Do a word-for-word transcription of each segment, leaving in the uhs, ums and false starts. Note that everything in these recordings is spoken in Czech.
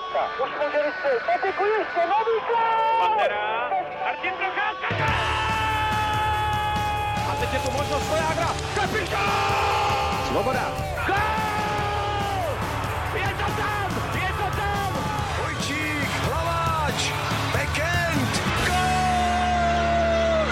Už může vystřelit, Peteku ještě, nový gól! Pantera, Martin Procházka! A teď je tu možnost Vojágra, kapitán! Svoboda! Gól! Je to tam, je to tam! Vojčík, Hlaváč, Bekend, gól!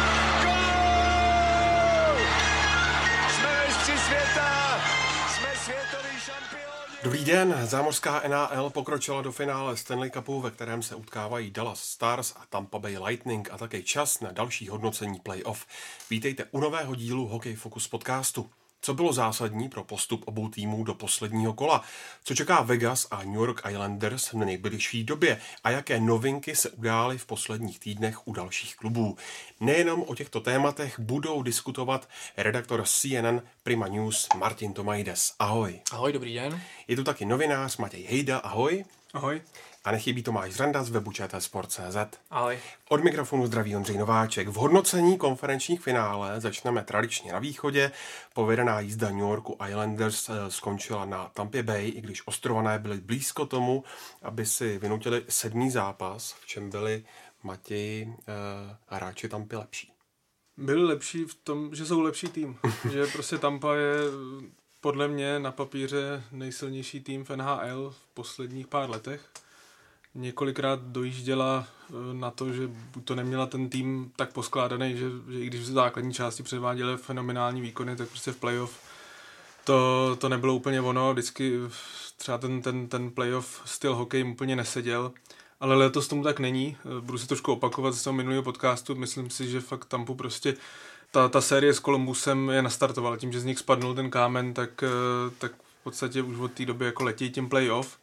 Gól! Jsme mistři světa, jsme světoví šampioni! Dobrý den, zámořská N H L pokročila do finále Stanley Cupu, ve kterém se utkávají Dallas Stars a Tampa Bay Lightning a také čas na další hodnocení playoff. Vítejte u nového dílu Hokej Focus podcastu. Co bylo zásadní pro postup obou týmů do posledního kola? Co čeká Vegas a New York Islanders v nejbližší době? A jaké novinky se udály v posledních týdnech u dalších klubů? Nejenom o těchto tématech budou diskutovat redaktor C N N Prima News Martin Tomajdes. Ahoj. Ahoj, dobrý den. Je tu taky novinář Matěj Hejda. Ahoj. Ahoj. A nechybí Tomáš Zranda z webu Č T Sport tečka cé zet. Ahoj. Od mikrofonu zdraví Ondřej Nováček. V hodnocení konferenčních finále začneme tradičně na východě. Povedená jízda New Yorku Islanders skončila na Tampě Bay, i když Ostrované byli blízko tomu, aby si vynutili sedmý zápas, v čem byli Matěji a hráči Tampy lepší. Byli lepší v tom, že jsou lepší tým. Že prostě Tampa je podle mě na papíře nejsilnější tým v N H L v posledních pár letech. Několikrát dojížděla na to, že to neměla ten tým tak poskládaný, že, že i když v základní části předváděli fenomenální výkony, tak prostě v playoff to, to nebylo úplně ono. Vždycky třeba ten, ten, ten playoff styl hokej úplně neseděl. Ale letos tomu tak není. Budu se trošku opakovat z toho minulého podcastu. Myslím si, že fakt Tampu prostě ta, ta série s Columbusem je nastartovala. Tím, že z nich spadnul ten kámen, tak, tak v podstatě už od té doby jako letí tím playoff.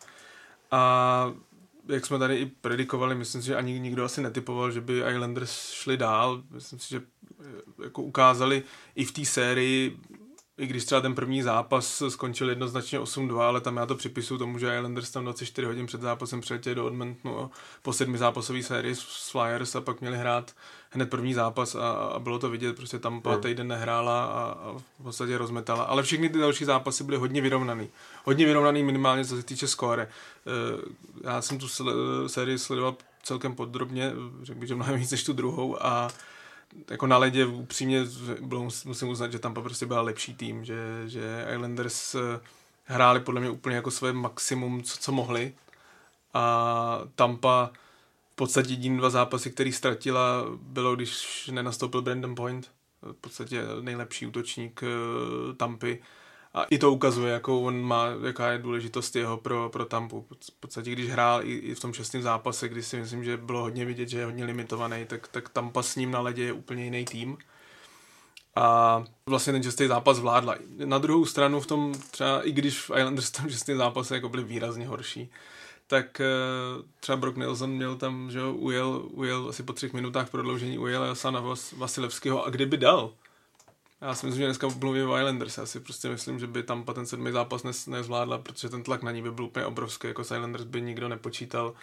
A jak jsme tady i predikovali, myslím si, že ani nikdo asi netypoval, že by Islanders šli dál. Myslím si, že jako ukázali i v té sérii, i když třeba ten první zápas skončil jednoznačně osm dva, ale tam já to připisuju tomu, že Islanders tam dvacet čtyři hodin před zápasem přiletěli do Edmontonu po sedmi zápasové sérii s Flyers a pak měli hrát hned první zápas a, a bylo to vidět, prostě tam pár týden nehrála a, a v podstatě rozmetala. Ale všechny ty další zápasy byly hodně vyrovnaný. Hodně vyrovnaný minimálně, co se týče skóre. Já jsem tu sérii sledoval celkem podrobně, řekl bych, že mnohem víc než tu druhou a jako na ledě upřímně bylo, musím uznat, že Tampa prostě byla lepší tým, že, že Islanders hráli podle mě úplně jako své maximum, co, co mohli a Tampa v podstatě jediný dva zápasy, který ztratila, bylo, když nenastoupil Brandon Point, v podstatě nejlepší útočník Tampy. A i to ukazuje, jakou on má, jaká je důležitost jeho pro, pro Tampu. V podstatě, když hrál i, i v tom šestém zápase, kdy si myslím, že bylo hodně vidět, že je hodně limitovaný, tak, tak Tampa s ním na ledě je úplně jiný tým. A vlastně ten šestý zápas vládla. Na druhou stranu v tom třeba, i když v Islanders v tom šestém zápase jako byli výrazně horší, tak třeba Brock Nelson měl tam, že jo, ujel, ujel asi po třech minutách prodloužení, ujel Jasana Vas, Vasilevského a kdyby dal, já si myslím, že dneska mluvím o Islanders. Já si prostě myslím, že by Tampa ten sedmý zápas nes, nezvládla, protože ten tlak na ní by byl úplně obrovský. Jako s Islanders by nikdo nepočítal.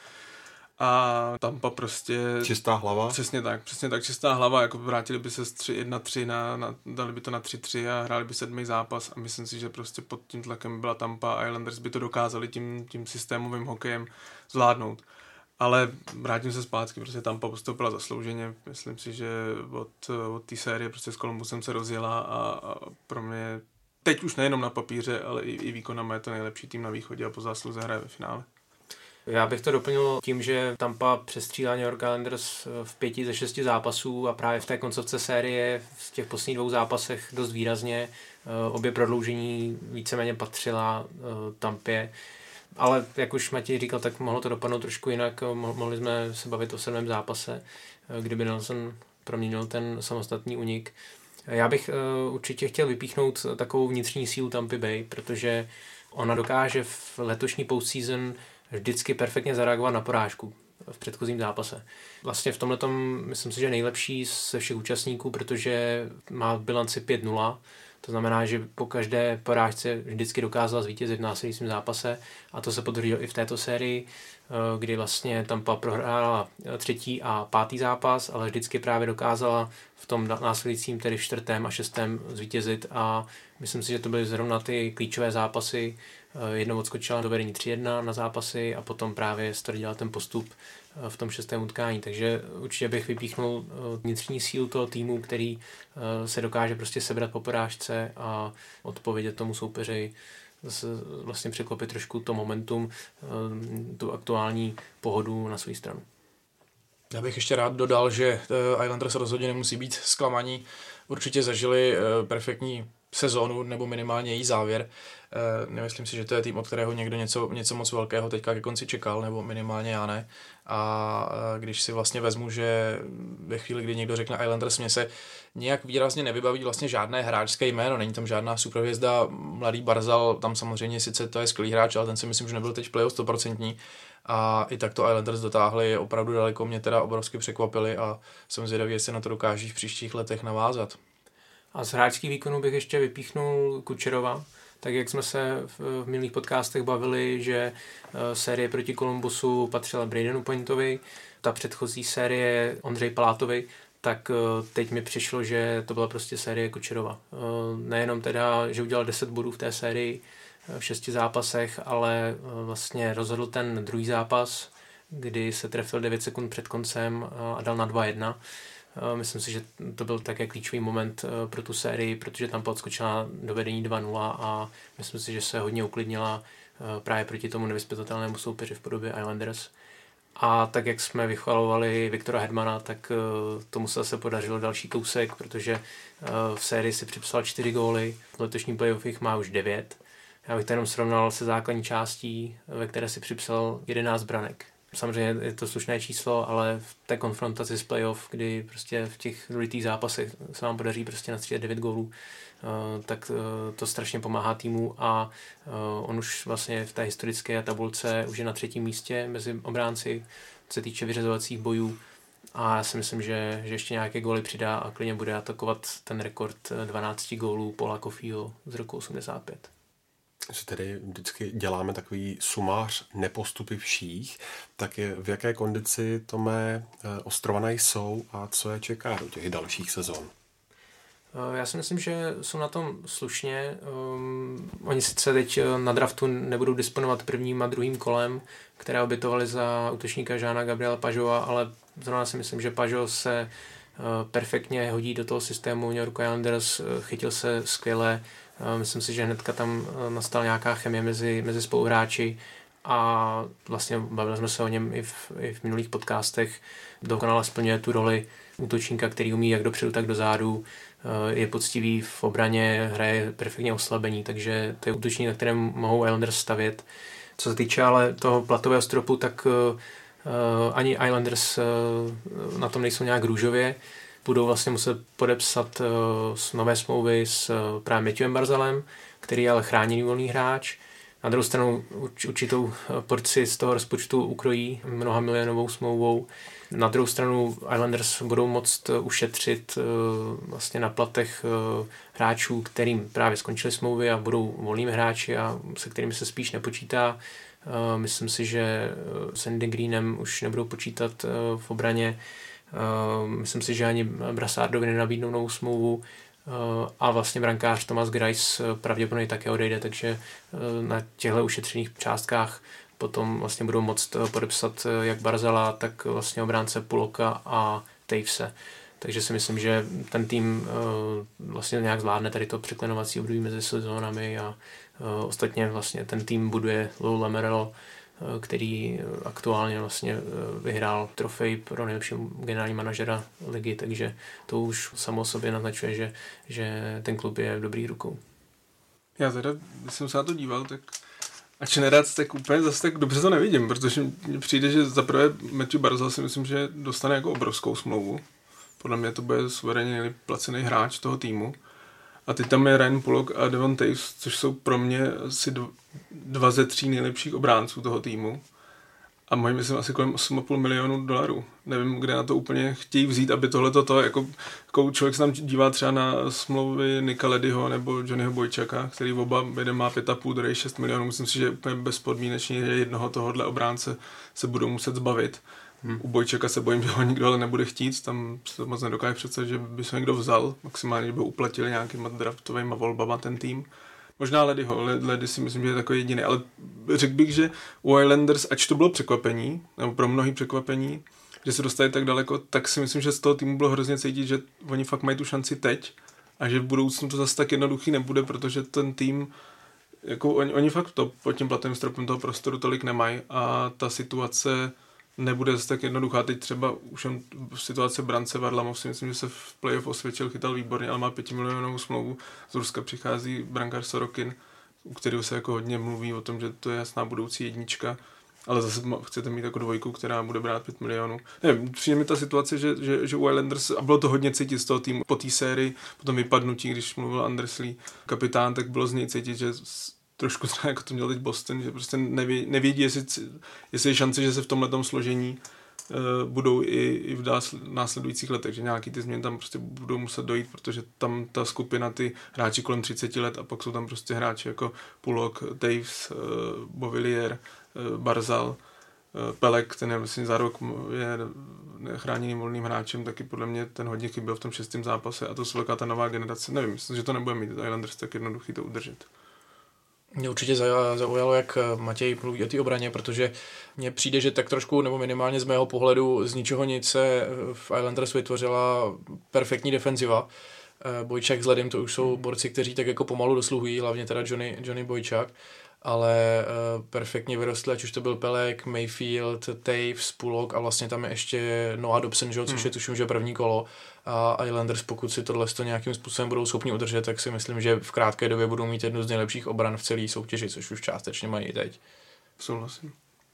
A Tampa prostě... Čistá hlava? Přesně tak, přesně tak, čistá hlava. Jako vrátili by se z tři jedna tři, na, na, dali by to na tři tři a hráli by sedmý zápas. A myslím si, že prostě pod tím tlakem byla Tampa a Islanders by to dokázali tím, tím systémovým hokejem zvládnout. Ale vrátím se zpátky, prostě Tampa postoupila zaslouženě. Myslím si, že od, od té série prostě s Columbusem se rozjela a, a pro mě teď už nejenom na papíře, ale i, i výkonama je to nejlepší tým na východě a po zásluze hraje ve finále. Já bych to doplnil tím, že Tampa přestřílá New York Islanders v pěti ze šesti zápasů a právě v té koncovce série v těch posledních dvou zápasech dost výrazně. Obě prodloužení víceméně patřila Tampě. Ale jak už Matěj říkal, tak mohlo to dopadnout trošku jinak. Mohli jsme se bavit o sedmém zápase, kdyby Nelson proměnil ten samostatný únik. Já bych určitě chtěl vypíchnout takovou vnitřní sílu Tampa Bay, protože ona dokáže v letošní postseason vždycky perfektně zareagovat na porážku v předchozím zápase. Vlastně v tomhletom myslím si, že nejlepší ze všech účastníků, protože má bilanci pět nula. To znamená, že po každé porážce vždycky dokázala zvítězit v následujícím zápase a to se potvrdilo i v této sérii, kdy vlastně Tampa prohrála třetí a pátý zápas, ale vždycky právě dokázala v tom následujícím, tedy v čtvrtém a šestém zvítězit a myslím si, že to byly zrovna ty klíčové zápasy, jednou odskočila do vedení tři jedna na zápasy a potom právě stvrdila ten postup v tom šestém utkání. Takže určitě bych vypíchnul vnitřní sílu toho týmu, který se dokáže prostě sebrat po porážce a odpovědět tomu soupeři, zase vlastně překlopit trošku to momentum, tu aktuální pohodu na svou stranu. Já bych ještě rád dodal, že Islanders rozhodně nemusí být zklamaní. Určitě zažili perfektní sezónu nebo minimálně její závěr. Nemyslím si, že to je tým, od kterého někdo něco, něco moc velkého teďka ke konci čekal, nebo minimálně já ne. A když si vlastně vezmu, že ve chvíli, kdy někdo řekne Islanders, mě se nějak výrazně nevybaví vlastně žádné hráčské jméno, není tam žádná superhvězda, mladý Barzal, tam samozřejmě sice to je skvělý hráč, ale ten si myslím, že nebyl teď v playoff stoprocentní. A i tak to Islanders dotáhli opravdu daleko, mě teda obrovsky překvapili a jsem zvědavý, jestli na to dokáží v příštích letech navázat. A z hráčských výkonů bych ještě vypíchnul Kučerova, tak jak jsme se v minulých podcastech bavili, že série proti Columbusu patřila Bradenu Pointovi, ta předchozí série Ondřej Palátovi, tak teď mi přišlo, že to byla prostě série Kučerova. Nejenom teda, že udělal deset bodů v té sérii v šesti zápasech, ale vlastně rozhodl ten druhý zápas, kdy se trefil devět sekund před koncem a dal na dva jedna. Myslím si, že to byl také klíčový moment pro tu sérii, protože tam podskočila do vedení dva nula a myslím si, že se hodně uklidnila právě proti tomu nevyzpytatelnému soupeři v podobě Islanders. A tak, jak jsme vychvalovali Viktora Hedmana, tak tomu se zase podařilo další kousek, protože v sérii si připsal čtyři góly, v letošním playoff jich má už devět. Já bych to jenom srovnal se základní částí, ve které si připsal jedenáct branek. Samozřejmě je to slušné číslo, ale v té konfrontaci s playoff, kdy prostě v těch důležitých zápasech se vám podaří prostě nastřílet devět gólů, tak to strašně pomáhá týmu a on už vlastně v té historické tabulce už je na třetím místě mezi obránci, co se týče vyřazovacích bojů a já si myslím, že, že ještě nějaké góly přidá a klidně bude atakovat ten rekord dvanáct gólů Paula Coffeyho z roku osmdesát pět. Že tedy vždycky děláme takový sumář nepostupivších, tak je, v jaké kondici Tome Ostrované jsou a co je čeká do těch dalších sezon? Já si myslím, že jsou na tom slušně. Um, oni sice teď na draftu nebudou disponovat prvním a druhým kolem, které obětovali za útočníka Žána Gabriela Pageaua, ale zrovna si myslím, že Pageau se uh, perfektně hodí do toho systému New York Islanders, uh, chytil se skvěle. Myslím si, že hnedka tam nastala nějaká chemie mezi, mezi spoluhráči a vlastně bavili jsme se o něm i v, i v minulých podcastech. Dokonale splňuje tu roli útočníka, který umí jak dopředu, tak dozadu. Je poctivý v obraně, hraje perfektně oslabení, takže to je útočník, na kterém mohou Islanders stavět. Co se týče ale toho platového stropu, tak uh, ani Islanders uh, na tom nejsou nějak růžově. Budou vlastně muset podepsat uh, nové smlouvy s uh, právě Matthewem Barzalem, který je ale chráněný volný hráč. Na druhou stranu urč, určitou porci z toho rozpočtu ukrojí mnoha milionovou smlouvou. Na druhou stranu Islanders budou moct ušetřit uh, vlastně na platech uh, hráčů, kterým právě skončily smlouvy a budou volnými hráči a se kterými se spíš nepočítá. Uh, myslím si, že s Andy Greenem už nebudou počítat uh, v obraně. Uh, myslím si, že ani Brassardovi nenabídnou novou smlouvu uh, a vlastně brankář Thomas Greiss pravděpodobně také odejde, takže uh, na těchto ušetřených částkách potom vlastně budou moct podepsat jak Barzala, tak vlastně obránce Puloka a Tavese. Takže si myslím, že ten tým uh, vlastně nějak zvládne tady to překlenovací období mezi sezónami a uh, ostatně vlastně ten tým buduje Lou Lamoriello, který aktuálně vlastně vyhrál trofej pro nejlepšího generální manažera ligy, takže to už samo sobě naznačuje, že, že ten klub je v dobrých rukou. Já teda, když jsem se na to díval, tak ač nerad, tak úplně zase tak dobře to nevidím, protože mně přijde, že zaprvé Matthew Barzal si myslím, že dostane jako obrovskou smlouvu. Podle mě to bude suverénně nejlépe placený hráč toho týmu. A teď tam je Ryan Pulock a Devon Toews, což jsou pro mě asi dva ze tří nejlepších obránců toho týmu. A mají, myslím, asi kolem osm a půl milionů dolarů. Nevím, kde na to úplně chtějí vzít, aby tohle toto, jako, jako člověk se tam dívá třeba na smlouvy Nika Leddyho nebo Johnnyho Boyčaka, který oba, jeden má pět a půl, druhý šest milionů. Myslím si, že je úplně bezpodmínečně, že jednoho tohohle obránce se budou muset zbavit. Hmm. U Boyčaka se bojím, že ho nikdo ale nebude chtít, tam se moc nedokáže představit, že by se někdo vzal, maximálně by ho uplatili nějakýma draftovými volbama ten tým. Možná Ladyho, Lady si myslím, že je takový jediný, ale řekl bych, že u Islanders, ač to bylo překvapení, nebo pro mnohý překvapení, že se dostali tak daleko, tak si myslím, že z toho týmu bylo hrozně cítit, že oni fakt mají tu šanci teď a že v budoucnu to zase tak jednoduchý nebude, protože ten tým, jako oni, oni fakt to pod tím platovým stropem toho prostoru tolik nemají a ta situace nebude zase tak jednoduchá. Teď třeba už jen situace Brance Varlamov si myslím, že se v playoff osvědčil, chytal výborně, ale má pětimilionovou smlouvu. Z Ruska přichází brankář Sorokin, u kterého se jako hodně mluví o tom, že to je jasná budoucí jednička, ale zase chcete mít jako dvojku, která bude brát pět milionů. Nevím, přijde mi ta situace, že, že, že u Islanders, a bylo to hodně cítit z toho týmu po té sérii, po tom vypadnutí, když mluvil Andersley, kapitán, tak bylo z něj cítit, že trošku třeba jako to měl teď Boston, že prostě neví, nevědí, jestli, jestli je šance, že se v tomhletom složení uh, budou i, i v dás, následujících letech, že nějaký ty změny tam prostě budou muset dojít, protože tam ta skupina, ty hráči kolem třicet let a pak jsou tam prostě hráči jako Pullock, Taves, uh, Beauvillier, uh, Barzal, uh, Pelek, ten je vlastně za rok je chráněným volným hráčem, taky podle mě ten hodně chyběl v tom šestém zápase a to jsou velká ta nová generace. Nevím, myslím, že to nebude mít Islanders tak jednoduchý to udržet. Mě určitě zaujalo, jak Matěj mluví o té obraně, protože mně přijde, že tak trošku, nebo minimálně z mého pohledu, z ničeho nic se v Islanders vytvořila perfektní defenziva. Bojčák s Ledem, to už jsou borci, kteří tak jako pomalu dosluhují, hlavně teda Johnny, Johnny Bojčák, ale perfektně vyrostli, ať už to byl Pelek, Mayfield, Taves, Pullock a vlastně tam je ještě Noah Dobson, že, což je tuším, že první kolo. A Islanders, pokud si tohle nějakým způsobem budou schopni udržet, tak si myslím, že v krátké době budou mít jednu z nejlepších obran v celé soutěži, což už částečně mají i teď. Souhlasím.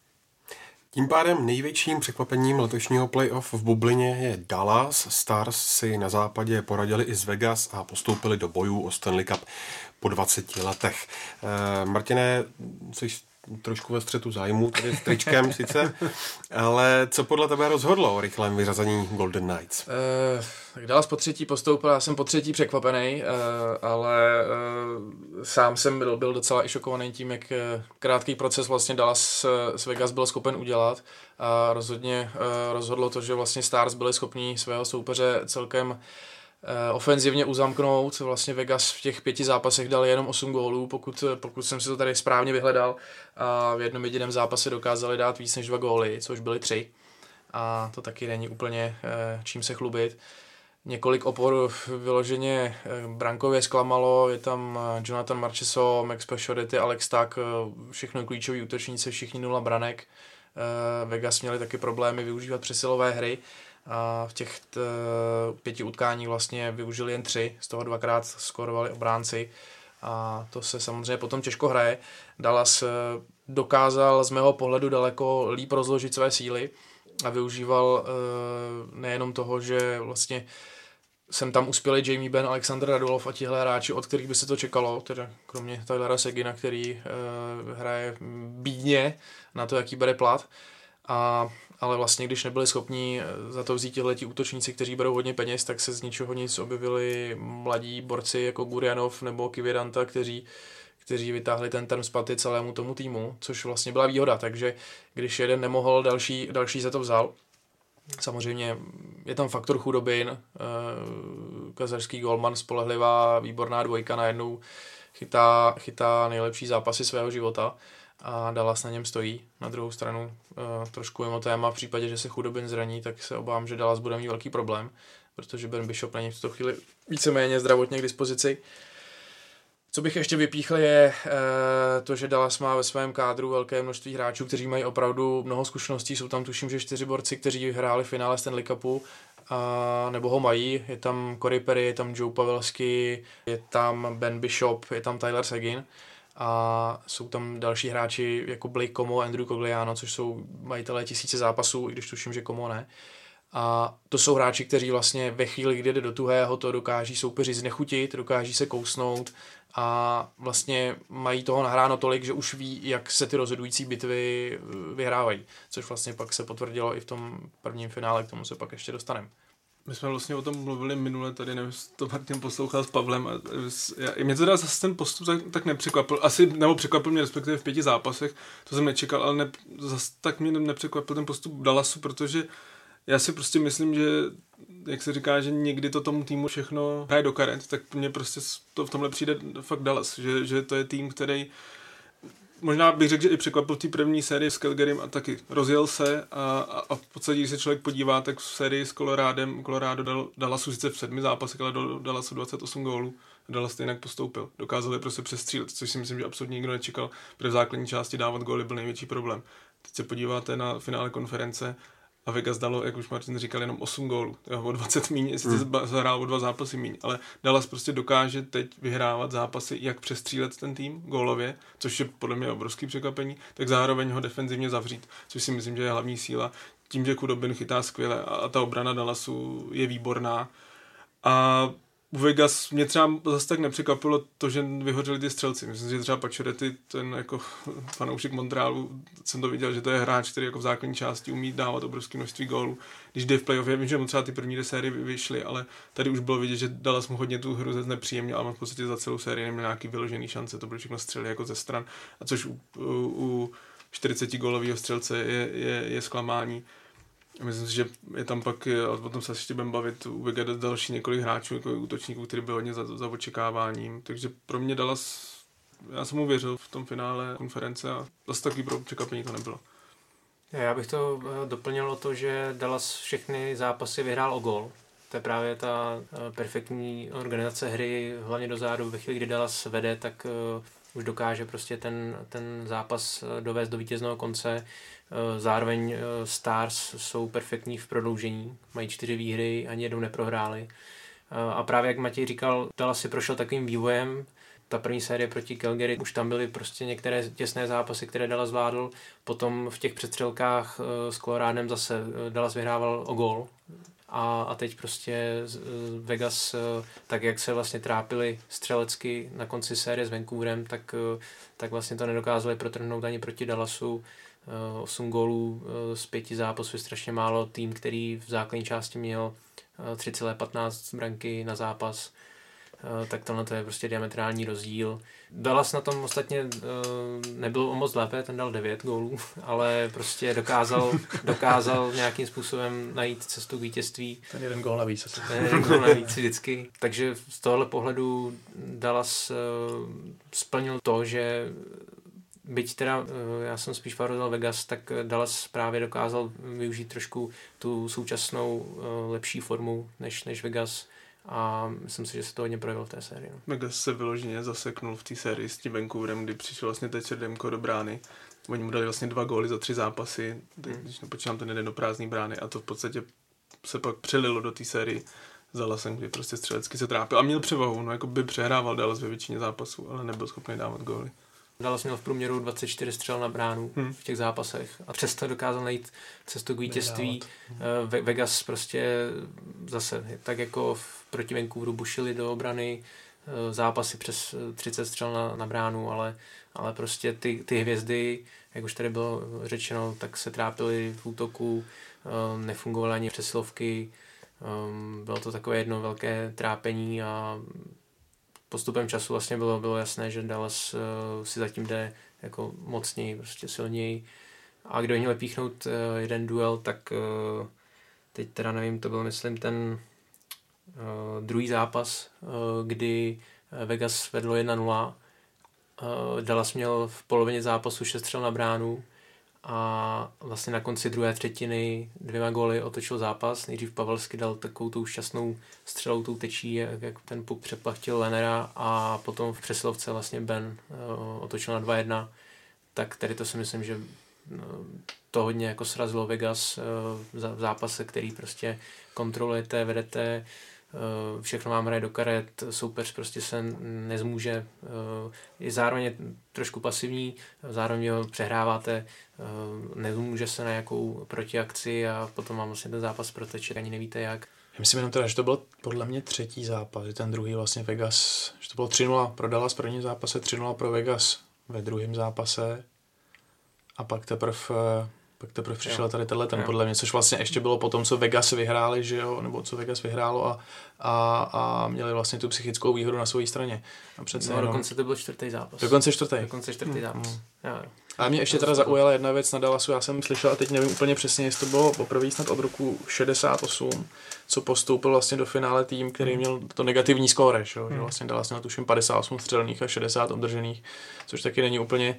Tím pádem největším překvapením letošního playoff v bublině je Dallas. Stars si na západě poradili i z Vegas a postoupili do bojů o Stanley Cup po dvaceti letech. E, Martine, jsi trošku ve střetu zájmu, tady s tričkem sice, ale co podle tebe rozhodlo o rychlém vyřazení Golden Knights? Uh, tak Dallas po třetí postoupil, já jsem po třetí překvapený, uh, ale uh, sám jsem byl, byl docela i šokovaný tím, jak uh, krátký proces vlastně Dallas uh, s Vegas byl schopen udělat a rozhodně uh, rozhodlo to, že vlastně Stars byli schopní svého soupeře celkem ofenzivně uzamknout. Vlastně Vegas v těch pěti zápasech dal jenom osm gólů, pokud, pokud jsem si to tady správně vyhledal. A v jednom jediném zápase dokázali dát víc než dva góly, což byly tři. A to taky není úplně čím se chlubit. Několik opor vyloženě brankově zklamalo, je tam Jonathan Marchessault, Max Pacioretty, Alex Tak, všechno klíčoví útočníci, všichni nula branek. Vegas měli taky problémy využívat přesilové hry. A v těch t, pěti utkání vlastně využili jen tři, z toho dvakrát skorovali obránci a to se samozřejmě potom těžko hraje. Dallas dokázal z mého pohledu daleko líp rozložit své síly a využíval nejenom toho, že vlastně jsem tam uspěli Jamie Benn, Alexander Radulov a tihle hráči, od kterých by se to čekalo, teda kromě Tylera Seguina, který hraje bídně na to, jaký bere plat. A ale vlastně, když nebyli schopní za to vzít tihleti útočníci, kteří berou hodně peněz, tak se z ničeho nic objevili mladí borci jako Gurianov nebo Kiviranta, kteří, kteří vytáhli ten term spaty celému tomu týmu, což vlastně byla výhoda, takže když jeden nemohl, další, další za to vzal. Samozřejmě je tam faktor chudobin, kazařský golman, spolehlivá, výborná dvojka, najednou chytá, chytá nejlepší zápasy svého života a Dallas na něm stojí. Na druhou stranu uh, trošku mimo téma, v případě, že se Chudobin zraní, tak se obávám, že Dallas bude mít velký problém, protože Ben Bishop není v tuto chvíli víceméně zdravotně k dispozici. Co bych ještě vypíchl je uh, to, že Dallas má ve svém kádru velké množství hráčů, kteří mají opravdu mnoho zkušeností. Jsou tam tuším, že čtyři borci, kteří hráli v finále Stanley Cupu, a nebo ho mají. Je tam Corey Perry, je tam Joe Pavelski, je tam Ben Bishop, je tam Tyler Seguin. A jsou tam další hráči jako Blake Comeau, Andrew Cogliano, což jsou majitelé tisíce zápasů, i když tuším, že Comeau ne. A to jsou hráči, kteří vlastně ve chvíli, kdy jde do tuhého, to dokáží soupeři znechutit, dokáží se kousnout a vlastně mají toho nahráno tolik, že už ví, jak se ty rozhodující bitvy vyhrávají, což vlastně pak se potvrdilo i v tom prvním finále, k tomu se pak ještě dostaneme. My jsme vlastně o tom mluvili minule, tady nevím, to Martin poslouchal s Pavlem a já, mě teda zase ten postup tak, tak nepřekvapil, asi, nebo překvapil mě respektive v pěti zápasech, to jsem nečekal, ale ne, zase tak mě nepřekvapil ten postup Dallasu, protože Já si prostě myslím, že jak se říká, že někdy to tomu týmu všechno hraje do karet, tak mně prostě to v tomhle přijde fakt Dallas, že, že to je tým, který možná bych řekl, že i překvapil v té první sérii s Calgarym a taky rozjel se a, a, a v podstatě, když se člověk podívá, tak v sérii s Colorádem, Colorado dal Dallasu sice v sedmi zápasech, ale do Dallasu dvacet osm gólů. Dallas stejně postoupil. Dokázali prostě přestřílet, což si myslím, že absolutně nikdo nečekal, protože v základní části dávat góly byl největší problém. Teď se podíváte na finále konference a Vegas dalo, jak už Martin říkal, jenom osm gólů. Jo, o dvacet míň, sice hmm. zahrál o dva zápasy míň, ale Dallas prostě dokáže teď vyhrávat zápasy, jak přestřílet ten tým gólově, což je podle mě obrovský překvapení, tak zároveň ho defenzivně zavřít, což si myslím, že je hlavní síla. Tím, že Khudobin chytá skvěle a ta obrana Dallasu je výborná. A u Vegas mě třeba zase tak nepřekvapilo to, že vyhořeli ty střelci. Myslím, že třeba Pacioretty, ten jako fanoušek Montrealu, jsem to viděl, že to je hráč, který jako v základní části umí dávat obrovské množství gólů. Když jde v playoff, já vím, že mu třeba ty první série vyšly, ale tady už bylo vidět, že Dallas mu hodně tu hru znepříjemnil, ale v podstatě za celou sérii neměl nějaký vyložený šance, to byly všechno střely jako ze stran, a což u, u, u čtyřicetigólového střelce je, je, je zklamání. Myslím si, že je tam pak, a potom se ještě budeme bavit, u Vegas další několik hráčů, jako útočníků, který byl hodně za, za očekáváním. Takže pro mě Dallas, já jsem mu věřil v tom finále konference a zase takový pro překvapení to nebylo. Já bych to doplnil o to, že Dallas všechny zápasy vyhrál o gól. To je právě ta perfektní organizace hry, hlavně dozadu. Ve chvíli, kdy Dallas vede, tak už dokáže prostě ten, ten zápas dovést do vítězného konce. Zároveň Stars jsou perfektní v prodloužení, mají čtyři výhry, ani jednou neprohráli. A právě jak Matěj říkal, Dallas si prošel takovým vývojem. Ta první série proti Calgary, už tam byly prostě některé těsné zápasy, které Dallas zvládl. Potom v těch přestřelkách s Colorádem zase Dallas vyhrával o gól. A, a teď prostě Vegas, tak jak se vlastně trápili střelecky na konci série s Vancouverem, tak, tak vlastně to nedokázali protrhnout ani proti Dallasu. osm gólů z pěti zápasů je strašně málo. Tým, který v základní části měl tři celá patnáct branky na zápas, tak tohle to je prostě diametrální rozdíl. Dallas na tom ostatně nebyl o moc lépe, ten dal devět gólů, ale prostě dokázal, dokázal nějakým způsobem najít cestu k vítězství. Ten jeden gól navíc. Ten jeden gól navíc vždycky. Takže z tohohle pohledu Dallas splnil to, že byť teda já jsem spíš favorizoval Vegas, tak Dallas právě dokázal využít trošku tu současnou lepší formu než, než Vegas. A myslím si, že se to hodně projevilo v té sérii. No. Vegas se vyloženě zaseknul v té sérii s tím Vancouverem, kdy přišel vlastně teď Demko do brány. Oni mu dali vlastně dva góly za tři zápasy, teď, hmm. když nepočítám ten jeden do prázdný brány, a to v podstatě se pak přelilo do té série s Dallasem, kdy prostě střelecky se trápil a měl převahu, no jako by přehrával Dallas ve většině zápasů, ale nebyl schopný dávat góly. Dallas měl v průměru dvacet čtyři střel na bránu hmm. v těch zápasech a přesto dokázal najít cestu k vítězství. Ve- Vegas prostě zase, tak jako v, proti Vancouveru bušili do obrany zápasy přes třicet střel na, na bránu, ale, ale prostě ty, ty hvězdy, jak už tady bylo řečeno, tak se trápily v útoku, nefungovaly ani přesilovky, bylo to takové jedno velké trápení a postupem času vlastně bylo, bylo jasné, že Dallas uh, si zatím jde jako mocněji, prostě silněji. A kdo měl píchnout uh, jeden duel, tak uh, teď teda nevím, to byl myslím ten uh, druhý zápas, uh, kdy Vegas vedlo jedna nula. Uh, Dallas měl v polovině zápasu šest střel na bránu a vlastně na konci druhé třetiny dvěma góly otočil zápas. Nejdřív Pavelski dal takovou tou šťastnou střelou, tou tečí, jak, jak ten puk přeplachtil Lennera, a potom v přesilovce vlastně Ben uh, otočil na dva jedna. Tak tady to si myslím, že uh, to hodně jako srazilo Vegas uh, v zápase, který prostě kontrolujete, vedete, uh, všechno vám hraje do karet, soupeř prostě se nezmůže, uh, je zároveň trošku pasivní, zároveň ho přehráváte, uh, nezmůže se na jakou protiakci a potom vám vlastně ten zápas proteče, ani nevíte jak. Já myslím jenom teda, že to byl podle mě třetí zápas, že ten druhý vlastně Vegas, že to bylo tři nula pro Dallas v prvním zápase, tři nula pro Vegas ve druhém zápase a pak teprve pak teprve přišel tady tenhle ten, podle mě, což vlastně ještě bylo po tom, co Vegas vyhráli, že jo, nebo co Vegas vyhrálo a, a, a měli vlastně tu psychickou výhodu na své straně. A přece no, jenom... dokonce to byl čtvrtý zápas. Dokonce čtvrtý. Dokonce čtvrtý hmm. zápas. Hmm. Já, A mě ještě teda zaujala jedna věc na Dallasu, já jsem slyšel, a teď nevím úplně přesně, jestli to bylo poprvé snad od roku šedesát osm, co postoupil vlastně do finále tým, který měl to negativní skóre, že vlastně Dallas měl tuším padesát osm střelných a šedesát obdržených, což taky není úplně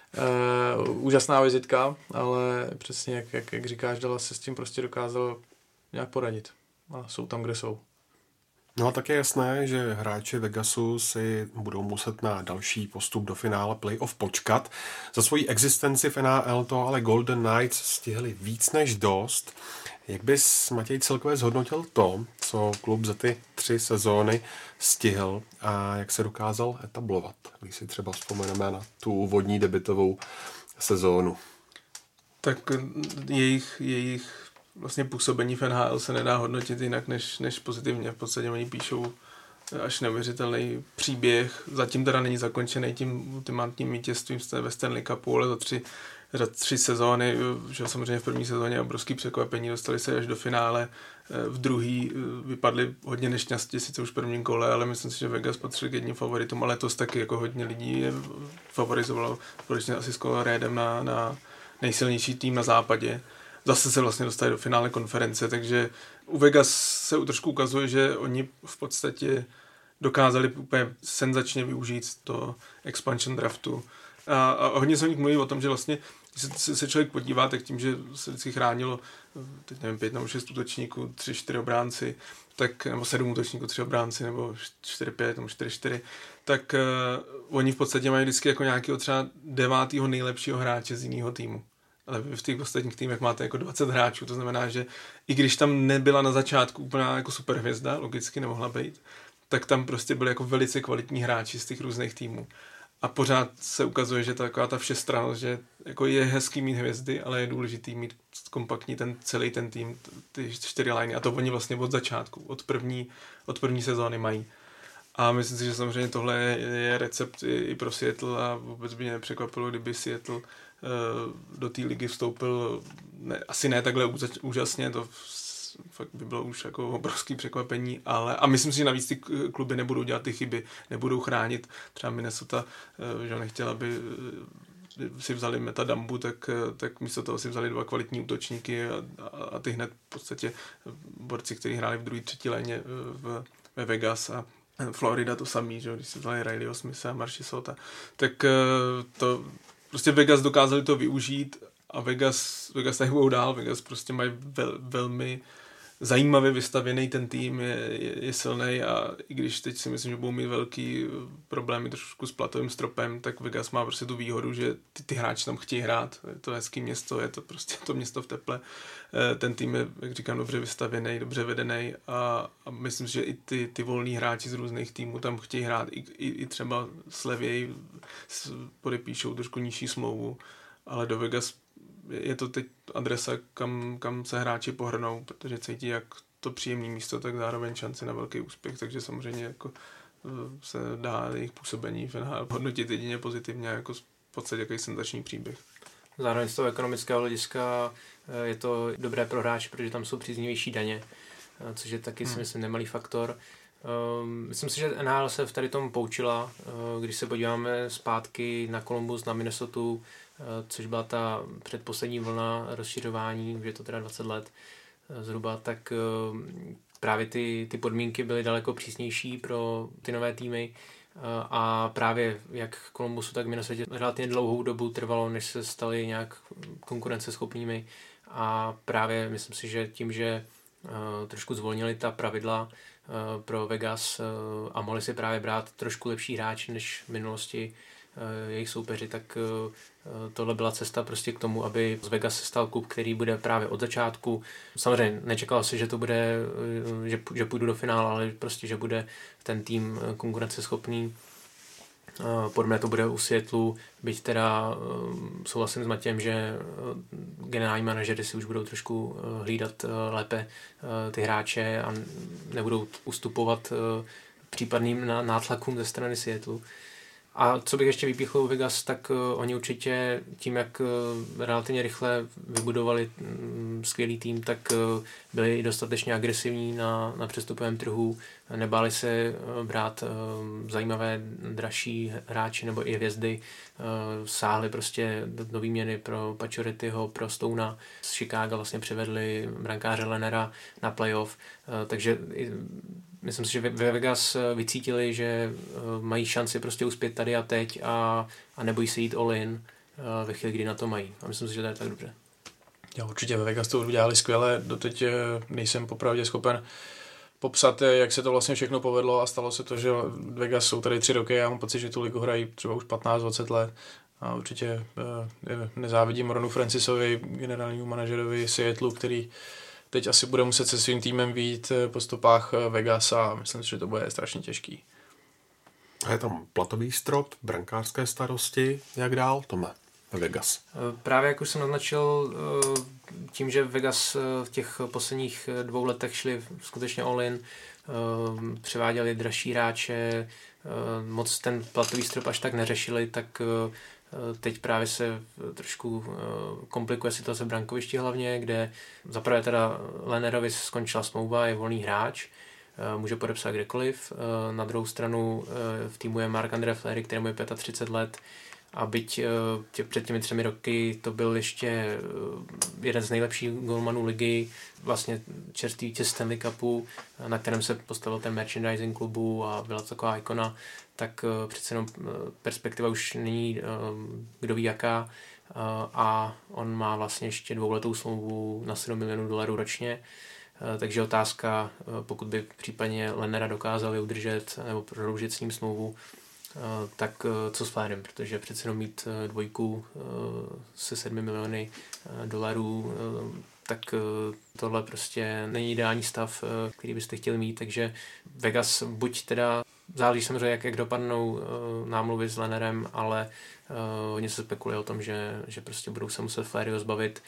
uh, úžasná vizitka, ale přesně jak, jak, jak říkáš, Dallas se s tím prostě dokázal nějak poradit a jsou tam, kde jsou. No a tak je jasné, že hráči Vegasu si budou muset na další postup do finále playoff počkat. Za svoji existenci v N H L to ale Golden Knights stihli víc než dost. Jak bys, Matěj, celkově zhodnotil to, co klub za ty tři sezóny stihl a jak se dokázal etablovat, když si třeba vzpomeneme na tu úvodní debutovou sezónu? Tak jejich, jejich vlastně působení v N H L se nedá hodnotit jinak než, než pozitivně. V podstatě oni píšou až neuvěřitelný příběh. Zatím teda není zakončený tím ultimátním vítězstvím ve Stanley Cupu, ale za tři, za tři sezóny, že samozřejmě v první sezóně obrovský překvapení, dostali se až do finále, v druhý vypadli hodně nešťastně, sice už v prvním kole, ale myslím si, že Vegas patřil k jedním favoritům, ale letos taky jako hodně lidí favorizovalo společně asi s Coloradem na, na nejsilnější tým na západě. Zase se vlastně dostali do finále konference, takže u Vegas se trošku ukazuje, že oni v podstatě dokázali úplně senzačně využít to expansion draftu. A, a hodně se o nich mluví o tom, že vlastně se, se člověk podívá, tak tím, že se vždycky chránilo, teď nevím, pět nebo šest útočníků, tři, čtyři obránci, tak, nebo sedm útočníků, tři obránci, nebo čtyři, pět, nebo čtyři, čtyři, tak uh, oni v podstatě mají vždycky jako nějakého třeba devátého nejlepšího hráče z jiného týmu. Ale v těch ostatních týmech máte jako dvacet hráčů, to znamená, že i když tam nebyla na začátku úplná jako superhvězda, logicky nemohla být, tak tam prostě byli jako velice kvalitní hráči z těch různých týmů. A pořád se ukazuje, že taková ta všestrannost, že jako je hezký mít hvězdy, ale je důležitý mít kompaktní ten celý ten tým, ty čtyři liney. A to oni vlastně od začátku, od první, od první sezóny mají. A myslím si, že samozřejmě tohle je recept i pro Seattle a vůbec by mě nepřekvapilo, kdyby Seattle do té ligy vstoupil, ne, asi ne takhle úžasně, to fakt by bylo už jako obrovský překvapení, ale a myslím si, že navíc ty kluby nebudou dělat ty chyby, nebudou chránit, třeba Minnesota, že nechtěla, aby si vzali Meta Dambu, tak, tak místo toho si vzali dva kvalitní útočníky a, a, a ty hned v podstatě borci, kteří hráli v druhé, třetí léně v, ve Vegas a Florida to samý, že když si vzali Rileyho Smitha a Marchessaulta, tak to prostě Vegas dokázali to využít a Vegas, Vegas nehdou dál, Vegas prostě mají vel, velmi zajímavě vystavěný ten tým, je, je, je silný a i když teď si myslím, že budou mít velký problémy trošku s platovým stropem, tak Vegas má prostě tu výhodu, že ty, ty hráči tam chtějí hrát, je to hezký město, je to prostě to město v teple, ten tým je, jak říkám, dobře vystavěný, dobře vedený a, a myslím si, že i ty, ty volní hráči z různých týmů tam chtějí hrát, i, i, i třeba slevěji podepíšou trošku nižší smlouvu, ale do Vegas je to teď adresa, kam, kam se hráči pohrnou, protože cítí jak to příjemné místo, tak zároveň šanci na velký úspěch, takže samozřejmě jako se dá jejich působení v N H L hodnotit jedině pozitivně jako v podstatě jaký senzační příběh. Zároveň z toho ekonomického hlediska je to dobré pro hráče, protože tam jsou příznivější daně, což je taky hmm. si myslím nemalý faktor. Myslím si, že N H L se v tady tom poučila, když se podíváme zpátky na Columbus, na Minnesota, což byla ta předposlední vlna rozšiřování, už je to teda dvacet let zhruba, tak právě ty, ty podmínky byly daleko přísnější pro ty nové týmy a právě jak Columbusu, tak Minnesota relativně dlouhou dobu trvalo, než se stali nějak konkurenceschopnými a právě myslím si, že tím, že trošku zvolnili ta pravidla pro Vegas a mohli si právě brát trošku lepší hráči než v minulosti jejich soupeři, tak tohle byla cesta prostě k tomu, aby z Vegas se stal klub, který bude právě od začátku. Samozřejmě nečekalo se, že to bude, že, že půjdu do finále, ale prostě, že bude ten tým konkurenceschopný. Podobně to bude u Seattlu, byť teda souhlasím s Matějem, že generální manažeři si už budou trošku hlídat lépe ty hráče a nebudou ustupovat případným nátlakům ze strany Seattlu. A co bych ještě vypíchl u Vegas, tak uh, oni určitě tím, jak uh, relativně rychle vybudovali um, skvělý tým, tak uh, byli dostatečně agresivní na, na přestupovém trhu, nebáli se uh, brát uh, zajímavé dražší hráči nebo i hvězdy, uh, sáhli prostě do, do výměny pro Paciorettyho, pro Stouna, z Chicaga vlastně přivedli brankáře Lennera na playoff, uh, takže myslím si, že ve Vegas vycítili, že mají šanci prostě uspět tady a teď a, a nebojí se jít all in ve chvíli, kdy na to mají. A myslím si, že to je tak dobře. Já určitě ve Vegas to udělali skvěle. Doteď nejsem popravdě schopen popsat, jak se to vlastně všechno povedlo a stalo se to, že Vegas jsou tady tři roky. Já mám pocit, že tu ligu hrají třeba už patnáct dvacet let. A určitě nezávidím Ronu Francisovi, generálnímu manažerovi Seattlu, který teď asi bude muset se svým týmem vyjít po stopách Vegas a myslím si, že to bude strašně těžký. A je tam platový strop, brankářské starosti, jak dál, Tome, Vegas? Právě jak už jsem naznačil, tím, že Vegas v těch posledních dvou letech šli skutečně all in, převáděli dražší hráče, moc ten platový strop až tak neřešili, tak teď právě se trošku komplikuje situace v brankovišti hlavně, kde zaprvé teda Lennerovi skončila smlouva, je volný hráč, může podepsat kdekoliv. Na druhou stranu v týmu je Marc-André Fleury, kterému je třicet pět let, a byť tě, před těmi třemi roky to byl ještě jeden z nejlepších golmanů ligy, vlastně čerstvý vítěz Stanley Cupu, na kterém se postavil ten merchandising klubu a byla to taková ikona, tak přece jenom perspektiva už není kdo ví jaká a on má vlastně ještě dvouletou smlouvu na sedm milionů dolarů ročně, takže otázka, pokud by případně Lennera dokázali udržet nebo prodloužit s ním smlouvu, tak co s Flérym, protože přece jenom mít dvojku se sedmi miliony dolarů, tak tohle prostě není ideální stav, který byste chtěli mít, takže Vegas buď teda, záleží samozřejmě, jak, jak dopadnou námluvy s Lennerem, ale hodně se spekuluje o tom, že, že prostě budou se muset Fleuryho zbavit.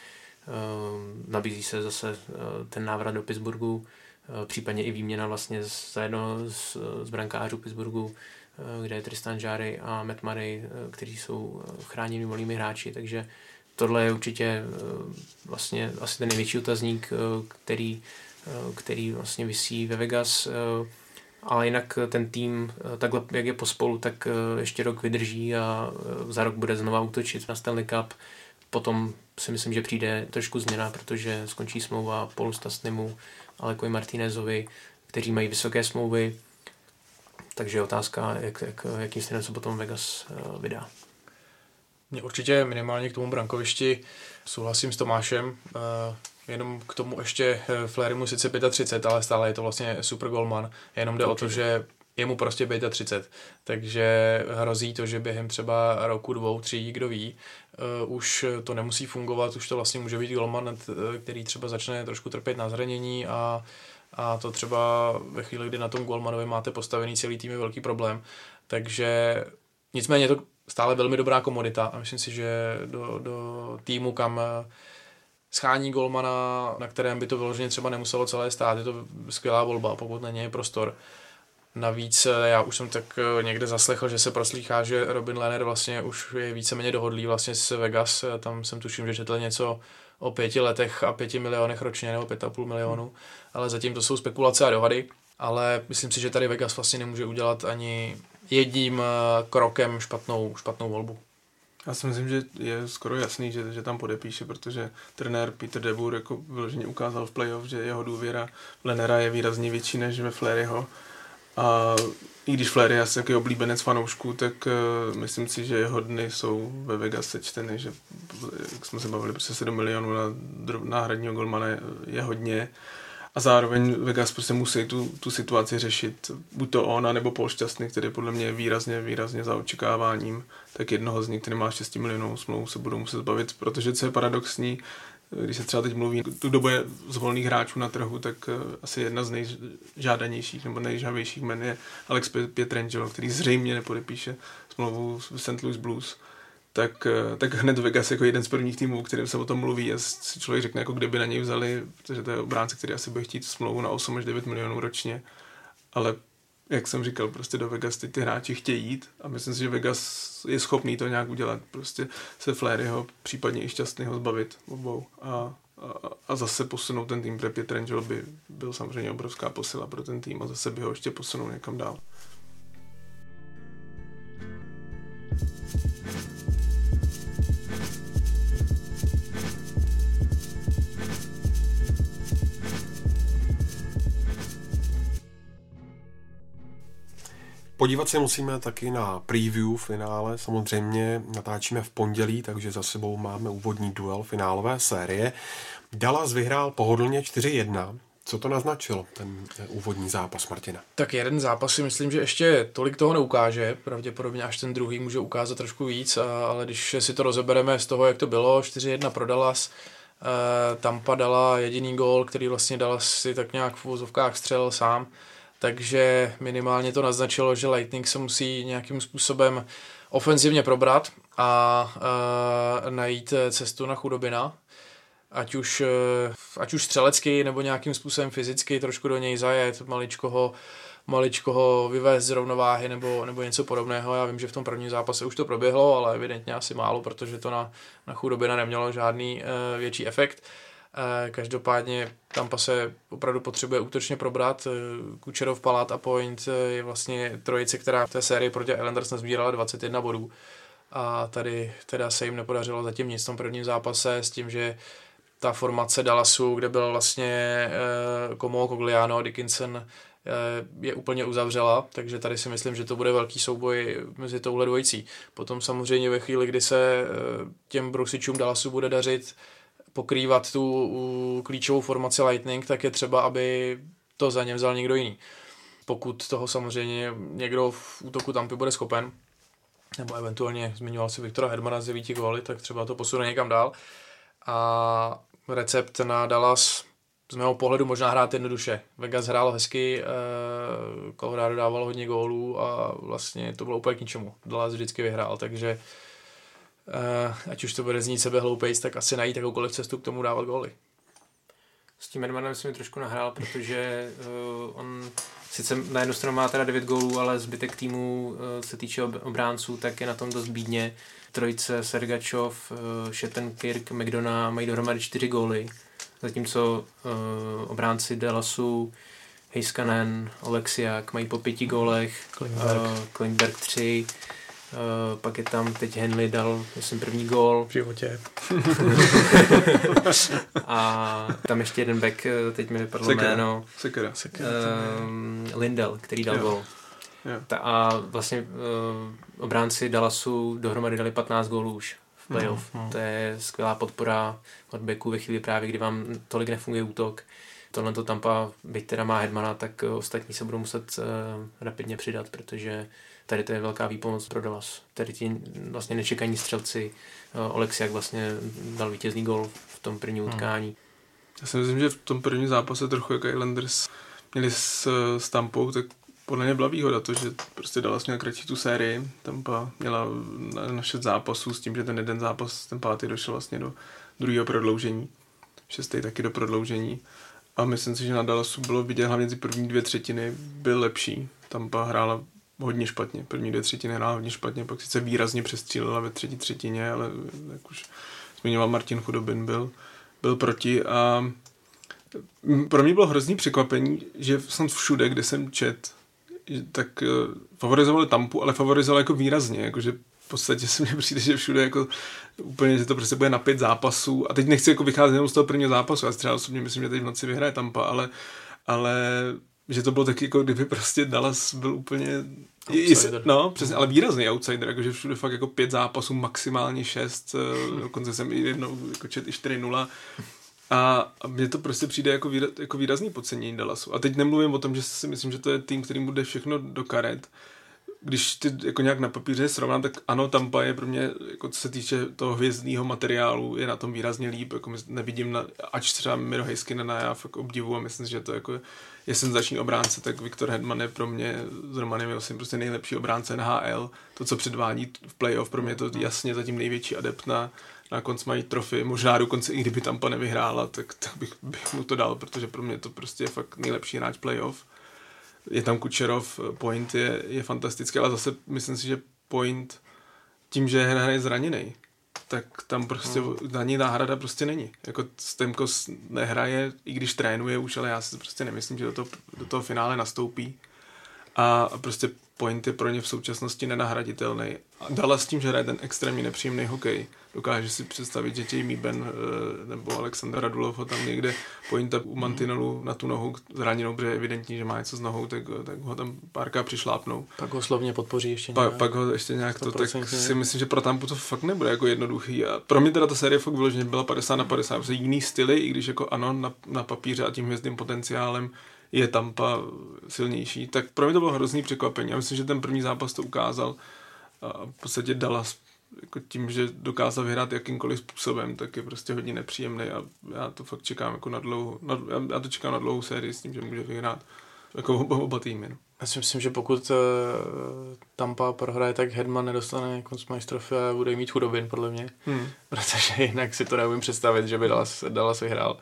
Nabízí se zase ten návrat do Pittsburghu, případně i výměna vlastně za jednoho z, z brankářů Pittsburghu, kde je Tristan Jarry a Matt Murray, kteří jsou chráněni volnými hráči, takže tohle je určitě vlastně asi ten největší otazník, který, který vlastně visí ve Vegas, ale jinak ten tým, takhle jak je pospolu, tak ještě rok vydrží a za rok bude znova útočit na Stanley Cup. Potom si myslím, že přijde trošku změna, protože skončí smlouva Paulu Stastnymu, Alekovi Martinezovi, kteří mají vysoké smlouvy. Takže je otázka, jak, jak, jakým stylem se potom Vegas uh, vydá. Mě určitě minimálně k tomu brankovišti souhlasím s Tomášem. Uh, jenom k tomu ještě Fleury mu sice třicet pět, ale stále je to vlastně super golman. Jenom jde určitě o to, že je mu prostě třicet pět. Takže hrozí to, že během třeba roku, dvou, tří, kdo ví, uh, už to nemusí fungovat, už to vlastně může být golman, který třeba začne trošku trpět na zranění a A to třeba ve chvíli, kdy na tom golmanovi máte postavený celý tým, je velký problém. Takže nicméně je to stále velmi dobrá komodita a myslím si, že do, do týmu, kam schání golmana, na kterém by to vyloženě třeba nemuselo celé stát, je to skvělá volba, pokud na něj je prostor. Navíc já už jsem tak někde zaslechl, že se proslýchá, že Robin Lehner vlastně už je víceméně dohodlý vlastně s Vegas. Tam jsem tuším, že četl něco o pěti letech a pěti milionech ročně nebo pět a půl milionů, ale zatím to jsou spekulace a dohady, ale myslím si, že tady Vegas vlastně nemůže udělat ani jedním krokem špatnou, špatnou volbu. Já si myslím, že je skoro jasný, že, že tam podepíše, protože trenér Peter DeBoer jako vyloženě ukázal v playoff, že jeho důvěra v Lennera je výrazně větší než ve Fleuryho. A i když Fleury je asi takový oblíbenec fanoušků, tak uh, myslím si, že jeho dny jsou ve Vegas sečteny, že jak jsme se bavili, prostě sedm milionů na náhradního golmana je, je hodně. A zároveň Vegas prostě musí tu, tu situaci řešit, buď to on, nebo Paul Šťastný, který podle mě je výrazně, výrazně za očekáváním, tak jednoho z nich, který má šest milionů smlouv, se budou muset zbavit, protože co je paradoxní, když se třeba teď mluví tu dobu je z volných hráčů na trhu, tak asi jedna z nejžádanějších nebo nejžhavějších men je Alex Pietrangelo, který zřejmě nepodepíše smlouvu s Saint Louis Blues. Tak, tak hned Vegas jako jeden z prvních týmů, kterým se o tom mluví, a si člověk řekne, jako kdyby na něj vzali, protože to je obránce, který asi bude chtít smlouvu na osm až devět milionů ročně, ale jak jsem říkal, prostě do Vegas teď ty hráči chtějí jít a myslím si, že Vegas je schopný to nějak udělat, prostě se Fleuryho, případně i Šťastného zbavit obou a, a, a zase posunout ten tým, protože Pietrangelo by byl samozřejmě obrovská posila pro ten tým a zase by ho ještě posunul někam dál. Podívat se musíme taky na preview finále, samozřejmě natáčíme v pondělí, takže za sebou máme úvodní duel finálové série. Dallas vyhrál pohodlně čtyři jedna. Co to naznačilo, ten úvodní zápas, Martina? Tak jeden zápas si myslím, že ještě tolik toho neukáže, pravděpodobně až ten druhý může ukázat trošku víc, ale když si to rozebereme z toho, jak to bylo, čtyři jedna pro Dallas, Tampa dala jediný gól, který vlastně Dallas si tak nějak v úvozovkách střelil sám, takže minimálně to naznačilo, že Lightning se musí nějakým způsobem ofenzivně probrat a, a najít cestu na Chudobina, ať už, ať už střelecky nebo nějakým způsobem fyzicky trošku do něj zajet, maličko ho, maličko ho vyvést z rovnováhy nebo, nebo něco podobného. Já vím, že v tom prvním zápase už to proběhlo, ale evidentně asi málo, protože to na, na Chudobina nemělo žádný uh, větší efekt. Uh, každopádně Tampa se opravdu potřebuje útočně probrat. Uh, Kucherov, Palat a Point uh, je vlastně trojice, která v té sérii proti Islanders nazbírala dvacet jedna bodů. A tady teda se jim nepodařilo zatím nic v tom prvním zápase s tím, že ta formace Dallasu, kde byl vlastně uh, Comeau, Cogliano, Dickinson, uh, je úplně uzavřela, takže tady si myslím, že to bude velký souboj mezi touhle dvojicí. Potom samozřejmě ve chvíli, kdy se uh, těm brusičům Dallasu bude dařit pokrývat tu uh, klíčovou formaci Lightning, tak je třeba, aby to za ně vzal někdo jiný. Pokud toho samozřejmě někdo v útoku Tampy bude schopen, nebo eventuálně zmiňoval si Viktora Hedmana z devíti góly, tak třeba to posune někam dál. A recept na Dallas z mého pohledu možná hrát jednoduše. Vegas hrál hezky, Colorado dával hodně gólů a vlastně to bylo úplně k ničemu. Dallas vždycky vyhrál, takže ať už to bude znít sebehloupejc, tak asi najít jakoukoliv cestu k tomu dávat góly. S tím Edmanem jsem mi trošku nahrál, protože uh, on sice na jednu stranu má teda devět gólů, ale zbytek týmu, uh, se týče ob- obránců, tak je na tom dost bídně. Trojice Sergačov, uh, Shattenkirk, McDonough mají dohromady čtyři góly, zatímco uh, obránci Dallasu Heiskanen, Oleksiak mají po pěti gólech, Klingberg, uh, Klingberg tři, Uh, pak je tam teď Henley dal, myslím, první gól. V životě. A tam ještě jeden back, teď mi vypadlo Sekera. jméno. Sekera. Um, Lindell, který dal jo. gól. Jo. Ta, a vlastně uh, obránci Dallasu dohromady dali patnáct gólů už v playoff. Mm, mm. To je skvělá podpora od backů ve chvíli právě, kdy vám tolik nefunguje útok. Tohle to Tampa, byť teda má Hedmana, tak ostatní se budou muset uh, rapidně přidat, protože tady to je velká výpomoc pro Dallas. Tady ti vlastně nečekaní střelci, uh, Oleksiak vlastně dal vítězný gól v tom prvním hmm. utkání. Já si myslím, že v tom prvním zápase trochu jako Islanders měli s, s Tampou, tak podle mě byla výhoda to, že prostě Dallas měl kratší tu sérii. Tampa měla na, na šest zápasů s tím, že ten jeden zápas, ten pátý došel vlastně do druhého prodloužení. Šestý taky do prodloužení. A myslím si, že na Dallasu bylo vidět, hlavně ty první dvě třetiny byl lepší. Tampa hrála hodně špatně. První dvě třetiny hrála hodně špatně, pak sice výrazně přestřílela ve třetí třetině, ale jak už zmiňoval Martin Chudobin, byl, byl proti. A pro mě bylo hrozný překvapení, že snad všude, kde jsem čet, tak favorizovali Tampu, ale favorizovali jako výrazně, jakože v podstatě se mně přijde, že všude jako úplně, že to prostě bude na pět zápasů. A teď nechci jako vycházet jenom z toho prvního zápasu, já třeba osobně myslím, že teď v noci vyhraje Tampa, ale, ale že to bylo taky jako kdyby prostě Dallas byl úplně outsider. No, přesně, ale výrazný outsider, jakože všude fakt jako pět zápasů, maximálně šest, dokonce jsem i jednou jako čet i čtyři nula. A, a mně to prostě přijde jako, výraz, jako výrazný podcenění Dallasu. A teď nemluvím o tom, že si myslím, že to je tým, kterým bude všechno do karet. Když ty jako nějak na papíře srovnám, tak ano, Tampa je pro mě, jako co se týče toho hvězdného materiálu, je na tom výrazně líp. Jako nevidím, na, ač třeba Miro Heiskinena, já fakt obdivu a myslím, že to jako je senzační obránce, tak Viktor Hedman je pro mě s Romanem Josim prostě nejlepší obránce N H L. To, co předvádí v playoff, pro mě je to jasně zatím největší adept na, na konc mají trofy. Možná dokonce i kdyby Tampa nevyhrála, tak, tak bych, bych mu to dal, protože pro mě to prostě je fakt nejlepší hráč playoff. je tam Kučerov, Point je, je fantastický, ale zase myslím si, že Point tím, že je zraněný, tak tam prostě hmm. na ní náhrada prostě není. Jako Stamkos nehraje, i když trénuje už, ale já si prostě nemyslím, že do toho, do toho finále nastoupí. A prostě Point je pro ně v současnosti nenahraditelný. A Dallas s tím, že hraje ten extrémně nepříjemný hokej. Dokáže si představit, že Jamie Benn nebo Alexander Radulov ho tam někde Pointa u mantinelu na tu nohu zraněnou, protože je evidentní, že má něco s nohou, tak, tak ho tam párkrát přišlápnou. Pak ho slovně podpoří ještě nějak. Pa, pak ho ještě nějak to, tak si myslím, že pro Tampu to fakt nebude jako jednoduchý. A pro mě teda ta série fakt vyloženě byla padesát na padesát, protože jiný styly, i když jako ano, na, na papíře a tím hvězdným potenciálem je Tampa silnější, tak pro mě to bylo hrozný překvapení. Já myslím, že ten první zápas to ukázal a v podstatě Dallas jako tím, že dokázal vyhrát jakýmkoliv způsobem, tak je prostě hodně nepříjemný a já to fakt čekám jako na dlouhou, na, já to čekám na dlouhou sérii s tím, že může vyhrát jako oba, oba týmy. No. Já si myslím, že pokud uh, Tampa prohraje, tak Hedman nedostane koncmajstrofy a bude mít chudobin, podle mě, hmm. protože jinak si to neumím představit, že by Dallas, Dallas vyhrál.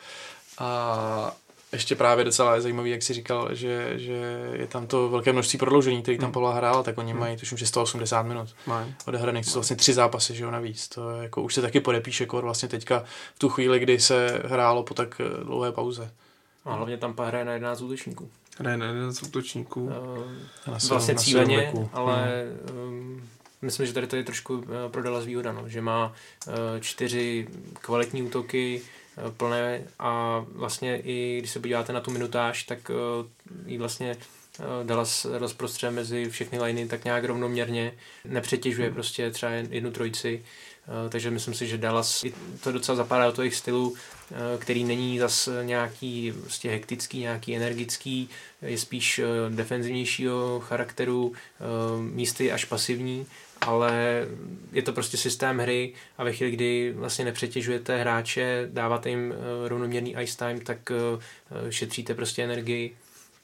A ještě právě docela je zajímavý, jak jsi říkal, že, že je tam to velké množství prodloužení, který tam Pavla hrál, tak oni hmm. mají tuším, že sto osmdesát minut odehraných, to jsou vlastně tři zápasy, že jo, navíc. To jako už se taky podepíše kor vlastně teďka v tu chvíli, kdy se hrálo po tak dlouhé pauze. A hlavně tam hraje na jedenáct útočníků. Hraje na jedenáct útočníků. Uh, vlastně cíleně, ale um, myslím, že tady to je trošku uh, pro Dallas výhoda, no, že má uh, čtyři kvalitní útoky, plné a vlastně i když se podíváte na tu minutáž, tak uh, jí vlastně uh, Dallas rozprostře mezi všechny liney tak nějak rovnoměrně, nepřetěžuje hmm. prostě třeba jednu trojici, uh, takže myslím si, že Dallas to docela zapadá do toho jejich stylu, uh, který není zas nějaký prostě hektický, nějaký energický, je spíš uh, defenzivnějšího charakteru, uh, místy až pasivní, ale je to prostě systém hry a ve chvíli, kdy vlastně nepřetěžujete hráče, dáváte jim rovnoměrný ice time, tak šetříte prostě energii.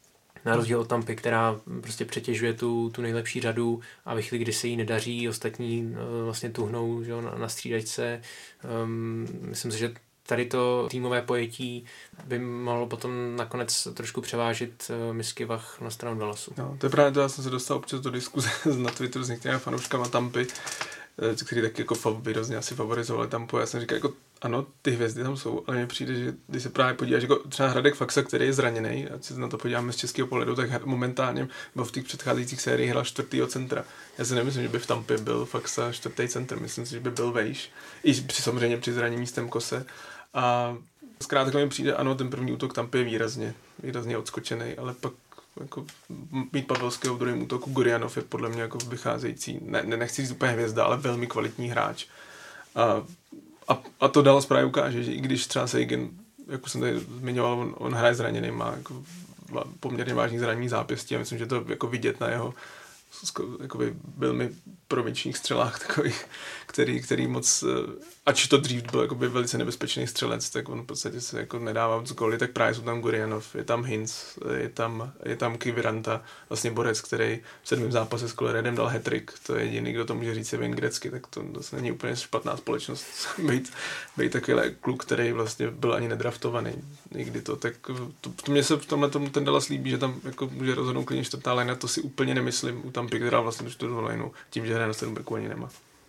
Na rozdíl od Tampy, která prostě přetěžuje tu, tu nejlepší řadu a ve chvíli, kdy se jí nedaří, ostatní vlastně tuhnou, že, na, na střídačce. Um, myslím si, že tady to týmové pojetí by mohlo potom nakonec trošku převážit uh, misky vah na stranu Dallasu. No, to je právě to, já jsem se dostal občas do diskuze na Twitteru s některými fanouškama Tampy, který taky jako výrazně asi favorizovali Tampu. Já jsem říkal, jako ano, ty hvězdy tam jsou, ale mně přijde, že když se právě podíváš, jako třeba Hradek Faxa, který je zraněný, a si na to podíváme z českého pohledu, tak momentálně byl v těch předcházejících sériích hrál čtvrtýho centra. Já si nemyslím, že by v Tampě byl Faxa čtvrtý center, myslím si, že by byl vejš, i při, samozřejmě při zranění Stamkose. A zkrátka mi přijde, ano, ten první útok Tampy je výrazně, výrazně odskočený, ale pak jako mít Pavelského v druhém útoku, Gurianov je podle mě jako vycházející, ne, nechci říct úplně hvězda, ale velmi kvalitní hráč. A, a, a to Dallas právě ukáže, že i když třeba Seguin, jako jsem tady zmiňoval, on, on hraje zraněný, má jako poměrně vážný zranění zápěstí a myslím, že to jako vidět na jeho jakoby velmi provinčních střelách takových, který, který moc, ač to dřív byl jakoby velice nebezpečný střelec, tak on v podstatě se jako nedává z góly, tak právě jsou tam Gurianov, je tam Hintz, je tam, je tam Kiviranta, vlastně borec, který v sedmém zápase s Coloredem dal hat-trick, to je jediný, kdo to může říct, je Wayne Gretzky, tak to zase není úplně špatná společnost být, být takovýhle kluk, který vlastně byl ani nedraftovaný nikdy to, tak to, to mě se v tomhle tomu ten Dallas líbí, že tam jako může rozhodnout klidně čtvrtá linea, to si úplně nemyslím u Tampy, která vlastně do čtvrtou lineu, tím, že hraje na sedm backu ani nemá.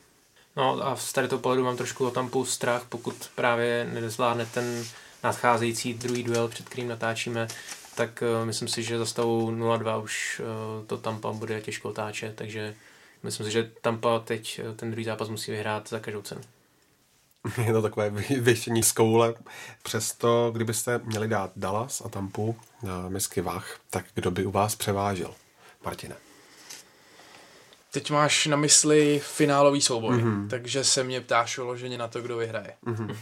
No a z tady toho pohledu mám trošku o Tampu strach, pokud právě nezvládne ten nadcházející druhý duel, před kterým natáčíme, tak uh, myslím si, že za stavu nula dva už uh, to Tampa bude těžko otáčet, takže myslím si, že Tampa teď uh, ten druhý zápas musí vyhrát za každou cenu. Je to takové vyštění z koule. Přesto, kdybyste měli dát Dallas a Tampu na misky vah, tak kdo by u vás převážil? Martine. Teď máš na mysli finálový souboj, mm-hmm. takže se mě ptáš uloženě na to, kdo vyhraje. Mm-hmm.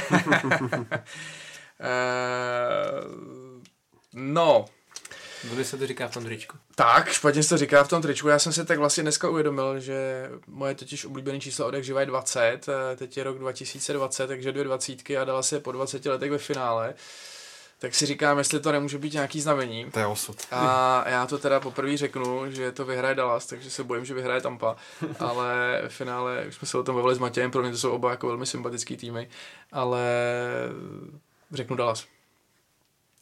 uh, no. Kdo se to říká v tom tričku? Tak, špatně se to říká v tom tričku. Já jsem si tak vlastně dneska uvědomil, že moje totiž oblíbené číslo odek živa je dvacet, teď je rok dva tisíce dvacet, takže dvě dvacítky a dala se po dvaceti letech ve finále. Tak si říkám, jestli to nemůže být nějaký znamení. To je osud. A já to teda poprvé řeknu, že to vyhraje Dallas, takže se bojím, že vyhraje Tampa. Ale v finále, už jsme se o tom bavili s Matějem, pro mě to jsou oba jako velmi sympatický týmy, ale řeknu Dallas.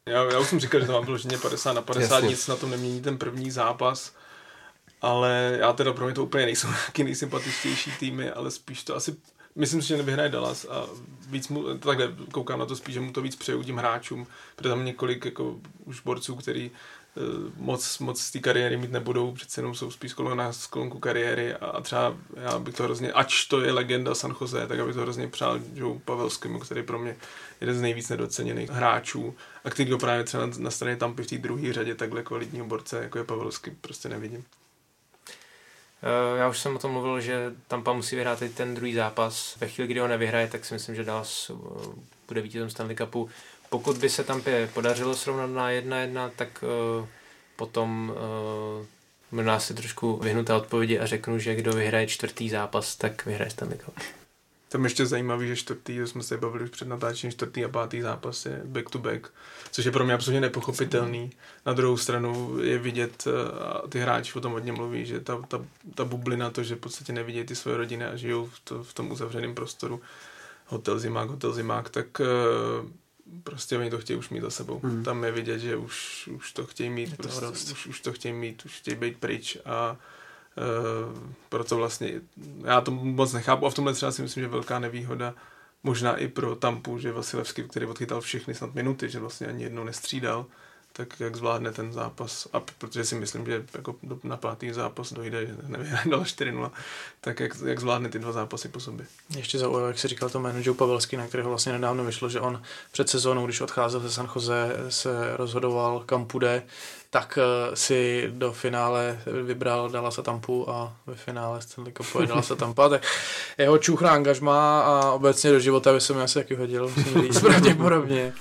Já, já už jsem říkal, že to mám vyloženě padesát na padesát, Jasně. nic na tom nemění ten první zápas, ale já teda pro mě to úplně nejsou nějaký nejsympatičtější týmy, ale spíš to asi, myslím si, že nevyhraje Dallas a víc mu, takhle koukám na to spíš, že mu to víc přeju tím hráčům, protože tam několik jako už borců, který moc, moc z té kariéry mít nebudou, přece jenom jsou spíš na sklonku kariéry a třeba já bych to hrozně, ač to je legenda San Jose, tak bych to hrozně přál Joe Pavelskému, který pro mě jeden z nejvíc nedoceněných hráčů a který právě třeba na, na straně Tampy v té druhé řadě takhle kvalitního borce, jako je Pavelský, prostě nevidím. Já už jsem o tom mluvil, že Tampa musí vyhrát teď ten druhý zápas. Ve chvíli, kdy ho nevyhraje, tak si myslím, že Dallas bude vítězem Stanley Cupu. Pokud by se Tampě podařilo srovnat na jedna jedna, tak uh, potom uh, možná si trošku vyhnu té odpovědi a řeknu, že kdo vyhraje čtvrtý zápas, tak vyhraje Stanley Cup. Tam ještě zajímavý, že čtvrtý, že jsme se bavili už před natáčením, čtvrtý a pátý zápas je back to back, což je pro mě absolutně nepochopitelný. Na druhou stranu je vidět, a ty hráči o tom hodně mluví, že ta, ta, ta bublina, to, že v podstatě nevidějí ty svoje rodiny a žijou v, to, v tom uzavřeném prostoru, hotel zimák, hotel zimák, tak prostě oni to chtějí už mít za sebou. Hmm. Tam je vidět, že už, už to chtějí mít, prostě, už, už to chtějí mít, už chtějí být pryč a Uh, proto vlastně já to moc nechápu a v tomhle třeba si myslím, že velká nevýhoda možná i pro Tampu, že Vasilevský, který odchytal všechny snad minuty, že vlastně ani jednou nestřídal, tak jak zvládne ten zápas a protože si myslím, že jako na pátý zápas dojde, že nevyhraje dala čtyři nula, tak jak, jak zvládne ty dva zápasy po sobě. Ještě zaujalo, jak si říkal to jméno Joe Pavelský, na kterého vlastně nedávno vyšlo, že on před sezónou, když odcházel ze San Jose, se rozhodoval, kam půjde, tak si do finále vybral Dallas a Tampu a ve finále Stanley Cupu je Dallas a Tampa, tak jeho čuchra angažmá a obecně do života by se mi asi taky hodil, musím říct, pravděpodobně.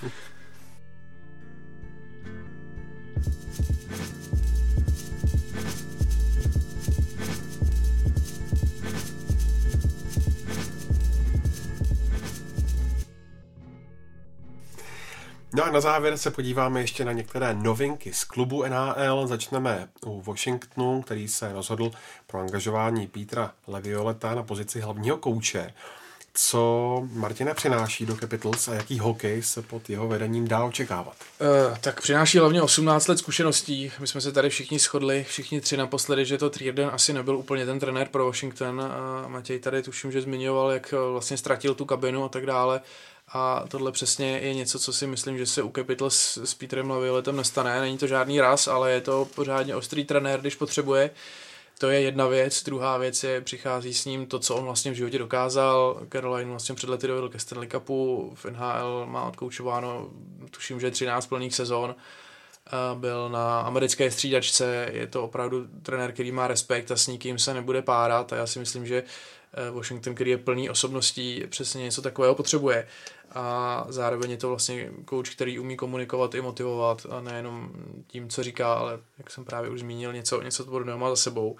No a na závěr se podíváme ještě na některé novinky z klubu N H L. Začneme u Washingtonu, který se rozhodl pro angažování Petra Lavioleta na pozici hlavního kouče. Co Martina přináší do Capitals a jaký hokej se pod jeho vedením dá očekávat? Uh, tak přináší hlavně osmnáct let zkušeností. My jsme se tady všichni shodli, všichni tři naposledy, že to Trieden asi nebyl úplně ten trenér pro Washington. A Matěj tady tuším, že zmiňoval, jak vlastně ztratil tu kabinu a tak dále. A tohle přesně je něco, co si myslím, že se u Capitals s Petrem Lavioletem nestane. Není to žádný raz, ale je to pořádně ostrý trenér, když potřebuje. To je jedna věc. Druhá věc je, přichází s ním to, co on vlastně v životě dokázal. Caroline vlastně před lety dovedl ke Stanley Cupu, v N H L má odkoučováno, tuším, že třináct plných sezon. Byl na americké střídačce, je to opravdu trenér, který má respekt a s nikým se nebude párat a já si myslím, že Washington, který je plný osobností, přesně něco takového potřebuje. A zároveň je to vlastně kouč, který umí komunikovat i motivovat a nejenom tím, co říká, ale jak jsem právě už zmínil, něco, něco podobného má za sebou.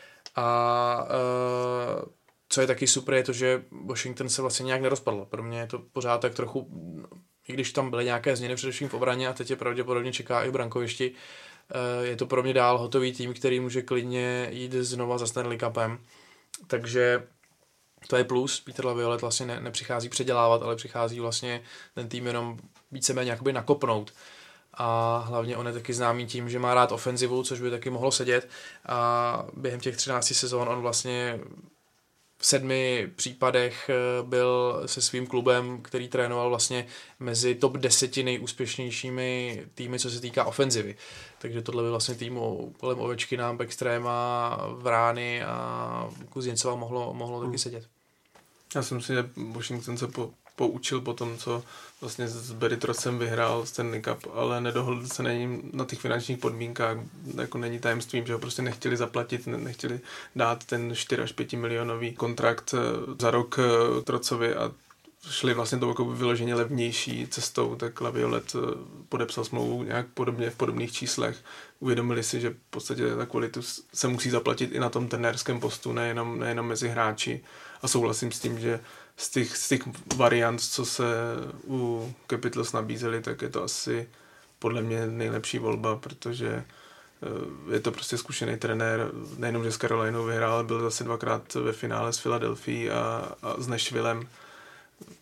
A uh, co je taky super, je to, že Washington se vlastně nějak nerozpadl. Pro mě je to pořád tak trochu, i když tam byly nějaké změny především v obraně a teď je pravděpodobně čeká i v brankovišti, uh, je to pro mě dál hotový tým, který může klidně jít znova za Stanley Cupem. Takže to je plus. Peter Laviolet vlastně ne, nepřichází předělávat, ale přichází vlastně ten tým jenom víceméně jakoby nakopnout. A hlavně on je taky známý tím, že má rád ofenzivu, což by taky mohlo sedět. A během těch třinácti sezón on vlastně v sedmi případech byl se svým klubem, který trénoval vlastně mezi top deseti nejúspěšnějšími týmy, co se týká ofenzivy. Takže tohle by vlastně týmu kolem Ovečkina, Backstrema, Vrány a Kuzněcova mohlo, mohlo hmm. taky sedět. Já si myslím, že Washington se po, poučil po tom, co vlastně s Beritrosem vyhrál Stanley Cup, ale nedohodl se na, ním, na těch finančních podmínkách, jako není tajemstvím, že ho prostě nechtěli zaplatit, nechtěli dát ten čtyři až pět milionový kontrakt za rok Trocovi a šli vlastně tou jako vyloženě levnější cestou, tak Laviolet podepsal smlouvu nějak podobně v podobných číslech. Uvědomili si, že v podstatě ta kvalitu se musí zaplatit i na tom trenérském postu, nejenom, nejenom mezi hráči. A souhlasím s tím, že z těch, z těch variant, co se u Capitals nabízely, tak je to asi podle mě nejlepší volba, protože je to prostě zkušený trenér, nejenom, že s Carolinou vyhrál, byl zase dvakrát ve finále s Philadelphia a, a s Nashvillem.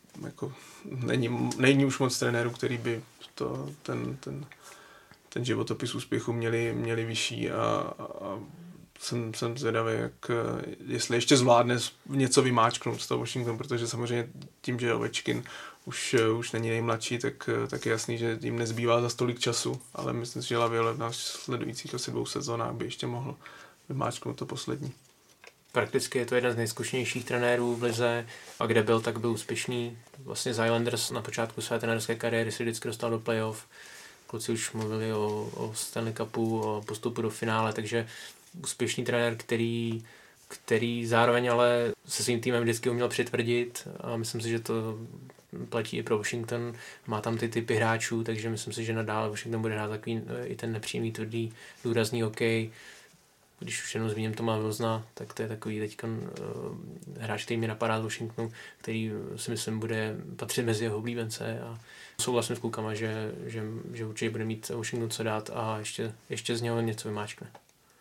jako není, není už moc trenérů, který by to, ten, ten, ten životopis úspěchu měli, měli vyšší a, a jsem, jsem zvědavý, jak, jestli ještě zvládne něco vymáčknout z toho Washington, protože samozřejmě tím, že Ovečkin už, už není nejmladší, tak, tak je jasný, že jim nezbývá za tolik času, ale myslím si, že Laviolette v následujících asi dvou sezónách by ještě mohl vymáčknout to poslední. Prakticky je to jeden z nejzkušenějších trenérů v lize a kde byl, tak byl úspěšný. Vlastně z Islanders na počátku své trenérské kariéry si vždycky dostal do playoff. Kluci už mluvili o, o Stanley Cupu, o postupu do finále, takže úspěšný trenér, který, který zároveň ale se svým týmem vždycky uměl přitvrdit a myslím si, že to platí i pro Washington. Má tam ty typy hráčů, takže myslím si, že nadále Washington bude hrát takový i ten nepřímý, tvrdý, důrazný hokej. Když už jenom zmíním Toma Wilsona, tak to je takový teď uh, hráč, který mě napadá z Washingtonu, který si myslím bude patřit mezi jeho oblíbence a souhlasím s klukama, že, že, že určitě bude mít Washington co dát a ještě, ještě z něho něco vymáčkne.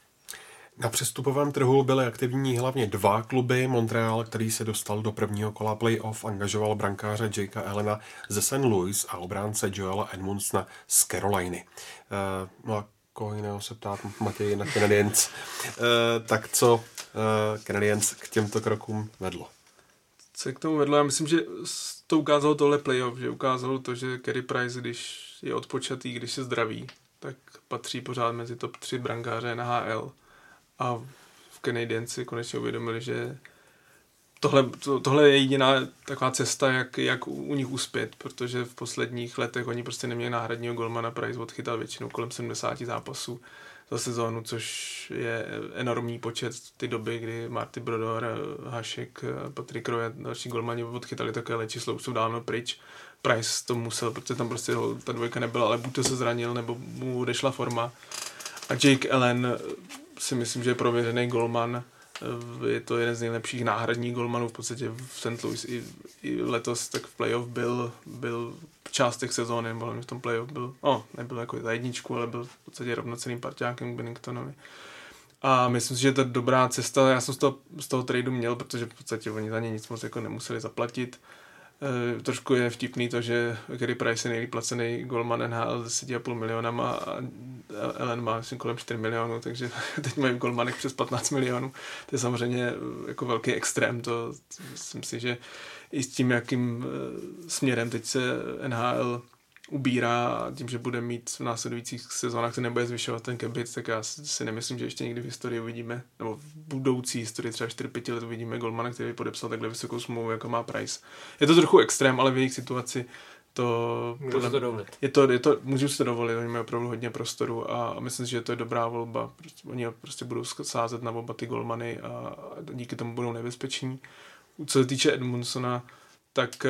Na přestupovém trhu byly aktivní hlavně dva kluby. Montreal, který se dostal do prvního kola playoff, angažoval brankáře Jakea Allena ze Saint Louis a obránce Joela Edmundsona z Caroliny. Uh, no a koho jiného se ptát Matěj na Canadiens. Uh, tak co uh, Canadiens k těmto krokům vedlo? Co k tomu vedlo? Já myslím, že to ukázalo tohle playoff, že ukázalo to, že Carey Price, když je odpočatý, když se zdraví, tak patří pořád mezi top tři brankáře N H L. A v Canadiens si konečně uvědomili, že tohle, to, tohle je jediná taková cesta, jak, jak u, u nich uspět, protože v posledních letech oni prostě neměli náhradního golmana, Price odchytal většinou kolem sedmdesát zápasů za sezónu, což je enormní počet v té doby, kdy Marty Brodeur, Hašek, Patrick Roy a další golmani odchytali takové číslo, už jsou dávno pryč. Price to musel, protože tam prostě ta dvojka nebyla, ale buď to se zranil, nebo mu odešla forma. A Jake Allen si myslím, že je prověřený golman. Je to jeden z nejlepších náhradních golmanů v podstatě v Saint Louis. I, i letos tak v playoff byl, byl v částech sezóny, nebo v tom playoff byl, no, nebyl jako za jedničku, ale byl v podstatě rovnocenným parťákem k Benningtonovi. A myslím si, že to je dobrá cesta. Já jsem z toho, z toho tradu měl, protože v podstatě oni za ně nic moc jako nemuseli zaplatit. E, trošku je vtipný to, že Carey Price je nejlíp placený golman N H L deset celá pět milionama a Allen má myslím kolem čtyři milionů, takže teď mají v golmanech přes patnáct milionů. To je samozřejmě jako velký extrém, to myslím si, že i s tím, jakým směrem teď se N H L ubírá a tím, že bude mít v následujících sezónách se nebude zvyšovat ten cap hit, tak já si nemyslím, že ještě někdy v historii uvidíme, nebo v budoucí historii třeba čtyři pět let uvidíme golmana, který podepsal takhle vysokou smlouvu, jako má Price. Je to trochu extrém, ale v jejich situaci to... Můžu si to dovolit. Je to, je to, můžu si to dovolit, oni mají opravdu hodně prostoru a, a myslím si, že to je dobrá volba. Oni prostě budou sázet na oba ty golmany a, a díky tomu budou nebezpeční. Co se týče Edmundsona, tak...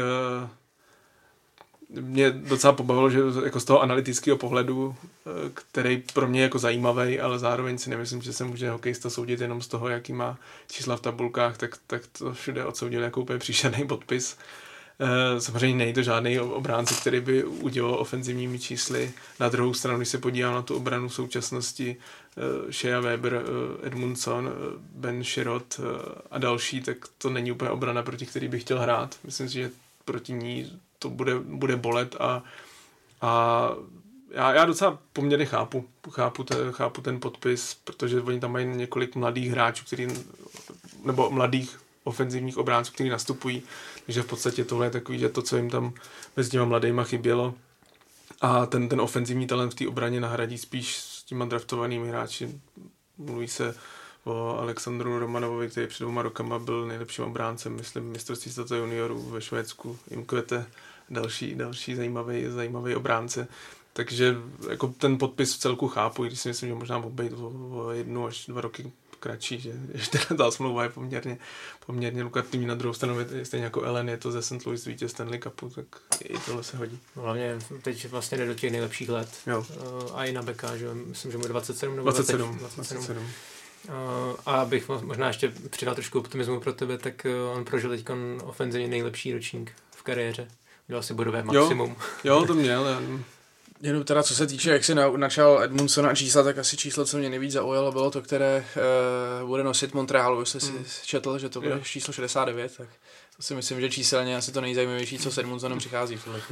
Mě docela pobavilo, že jako z toho analytického pohledu, který pro mě je jako zajímavý, ale zároveň si nemyslím, že se může hokejista soudit jenom z toho, jaký má čísla v tabulkách, tak, tak to všude odsoudil jako úplně příšerný podpis. Samozřejmě není to žádný obránce, který by udělal ofenzivními čísly. Na druhou stranu, když se podívám na tu obranu v současnosti, Shea Weber, Edmundson, Ben Sherrod a další, tak to není úplně obrana, proti který bych chtěl hrát. Myslím si, že proti ní to bude, bude bolet a, a já, já docela poměrně chápu, chápu, te, chápu ten podpis, protože oni tam mají několik mladých hráčů, který, nebo mladých ofenzivních obránců, kteří nastupují, takže v podstatě tohle je takový, že to, co jim tam mezi těma mladýma chybělo a ten, ten ofenzivní talent v té obraně nahradí spíš s těma draftovanými hráči. Mluví se o Alexandru Romanovovi, který před dvěma rokama byl nejlepším obráncem, myslím, mistrovství světa juniorů ve Švédsku, Imkvete, další, další zajímavý, zajímavý obránce. Takže jako ten podpis v celku chápu, i když si myslím, že možná obejít o, o jednu až dva roky kratší, že ještě ta smlouva je poměrně, poměrně lukrativní. Na druhou stranu, stejně jako Allen, je to ze Saint Louis vítěz Stanley Cupu, tak i tohle se hodí. Hlavně teď vlastně jde do těch nejlepších let. Jo. A i na beka, že myslím, že mu dvacet sedm nebo dvacet sedm. dvacet sedm. A abych možná ještě přidal trošku optimismu pro tebe, tak on prožil teď ofenzivně nejlepší ročník v kariéře. Udělal si bodové maximum. Jo, jo to měl. Já... Jenom teda, co se týče, jak si načal Edmundsona čísla, tak asi číslo, co mě nejvíc zaujalo, bylo to, které uh, bude nosit Montrealu. Jestli si mm. četl, že to bude jo. číslo šedesát devět, tak To si myslím, že číselně asi to nejzajímavější, co s Edmundsonem přichází v tohle.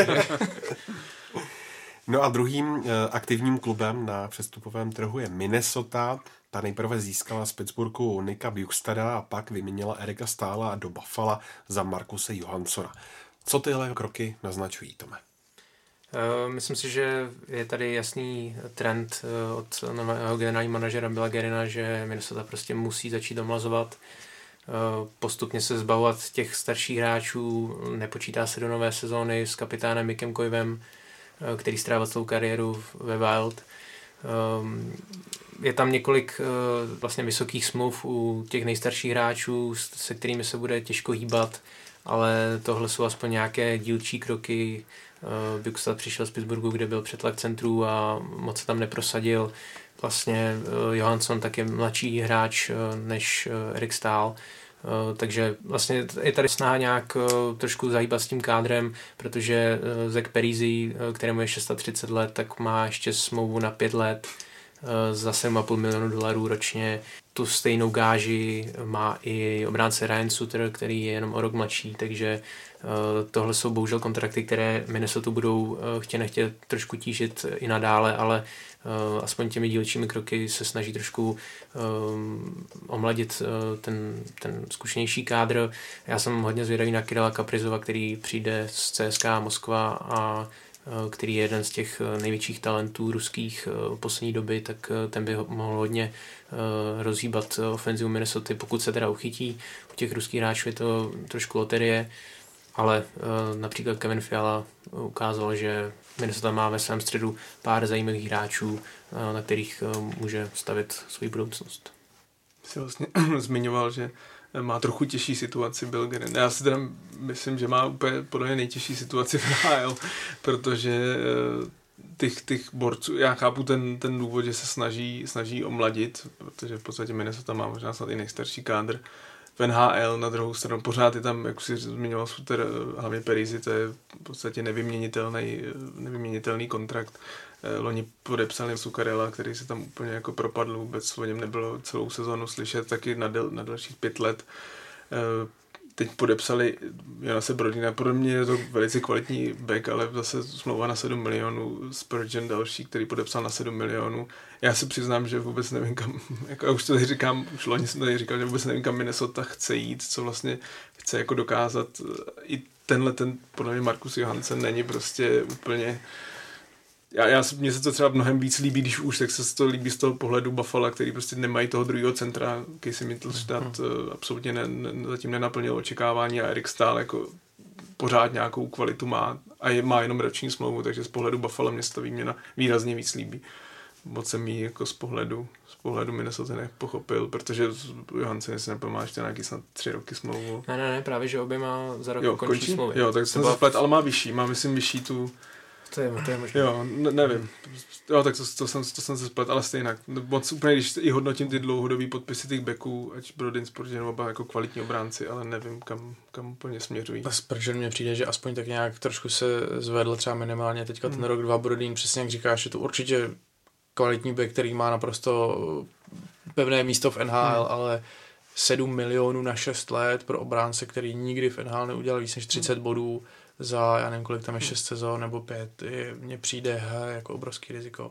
No a druhým aktivním klubem na přestupovém trhu je Minnesota. Ta nejprve získala z Pittsburghu Nicka Bjugstada a pak vyměnila Erika Stála do Buffala za Marcuse Johanssona. Co tyhle kroky naznačují, Tome? Myslím si, že je tady jasný trend od nového generálního manažera Billa Guerina, že Minnesota prostě musí začít omlazovat, postupně se zbavovat těch starších hráčů, nepočítá se do nové sezóny s kapitánem Mickem Koivem, který strávil celou kariéru ve Wild. Je tam několik vlastně vysokých smluv u těch nejstarších hráčů, se kterými se bude těžko hýbat, ale tohle jsou aspoň nějaké dílčí kroky. Bjugstad přišel z Pittsburghu, kde byl přetlak centrů a moc se tam neprosadil. Vlastně Johansson tak je mladší hráč než Erik Staal, takže vlastně je tady snaha nějak trošku zahýbat s tím kádrem, protože Zach Parise, kterému je třicet šest let, tak má ještě smlouvu na pět let za sedm a půl milionu dolarů ročně. Tu stejnou gáži má i obránce Ryan Suter, který je jenom o rok mladší, takže tohle jsou bohužel kontrakty, které Minnesota budou chtě nechtě trošku tížit i nadále, ale aspoň těmi dílčími kroky se snaží trošku um, omladit uh, ten, ten zkušenější kádr. Já jsem hodně zvědavý na Kirila Kaprizova, který přijde z C S K A Moskva a uh, který je jeden z těch největších talentů ruských uh, poslední doby, tak uh, ten by mohl hodně uh, rozhýbat ofenzivu Minnesota, pokud se teda uchytí. U těch ruských hráčů je to trošku loterie, ale uh, například Kevin Fiala ukázal, že Minnesota má ve svém středu pár zajímavých hráčů, uh, na kterých uh, může stavět svou budoucnost. Jsi vlastně zmiňoval, že má trochu těžší situaci Bill Guerin. Já si teda myslím, že má úplně podle mě nejtěžší situaci v N H L, protože uh, těch, těch borců, já chápu ten, ten důvod, že se snaží, snaží omladit, protože v podstatě Minnesota má možná snad i nejstarší kádr v N H L, na druhou stranu pořád je tam, jak si zmiňoval Suter, hlavně Parise, to je v podstatě nevyměnitelný, nevyměnitelný kontrakt. Loni podepsali Zuccarella, který se tam úplně jako propadl, vůbec o něm nebylo celou sezonu slyšet, taky na, del, na dalších pět let. Teď podepsali Jonase Brodina, pro mě je to velice kvalitní back, ale zase smlouva na sedm milionů, Spurgeon další, který podepsal na sedm milionů. Já se přiznám, že vůbec nevím kam, jako já už to tady říkám, už loni jsem tady říkal, že vůbec nevím, kam Minnesota chce jít, co vlastně chce jako dokázat. I tenhle, ten, podle mě Marcus Johansson není prostě úplně... Já, já, mně se to třeba mnohem víc líbí, když už, tak se to líbí z toho pohledu Buffalo, který prostě nemají toho druhého centra. Casey Mittelstadt mm. absolutně ne, ne, zatím nenaplnil očekávání a Erik Staal jako pořád nějakou kvalitu má a je, má jenom roční smlouvu, takže z pohledu Buffalo mě ta výměna výrazně víc líbí. Moc jsem jí jako z pohledu, z pohledu Minnesota nepochopil, protože Johansson si nepamá ještě nějaký snad tři roky smlouvu. Ne, ne, ne, právě, že obě má za rok jo, končí smlouvy. Jo, tak jsem se splet, ale má vyšší, má myslím vyšší tu... To je, to je možná. Jo, ne, nevím. Jo, tak to, to, jsem, to jsem se splet, ale stejně. Moc úplně, když i hodnotím ty dlouhodobý podpisy těch backů, ať Brodin, Spurgeon, oba jako kvalitní obránci, ale nevím, kam, kam úplně směřují. A Spurgeon mně přijde, že aspoň tak nějak trošku se zvedl třeba minimálně teďka ten hmm. rok, dva. Brodin, přesně jak říkáš, je to určitě kvalitní back, který má naprosto pevné místo v N H L, hmm. ale sedm milionů na šest let pro obránce, který nikdy v N H L neudělal víc než třicet hmm. bodů za, já nevím, kolik tam je šest sezon nebo pět, mně přijde he, jako obrovský riziko.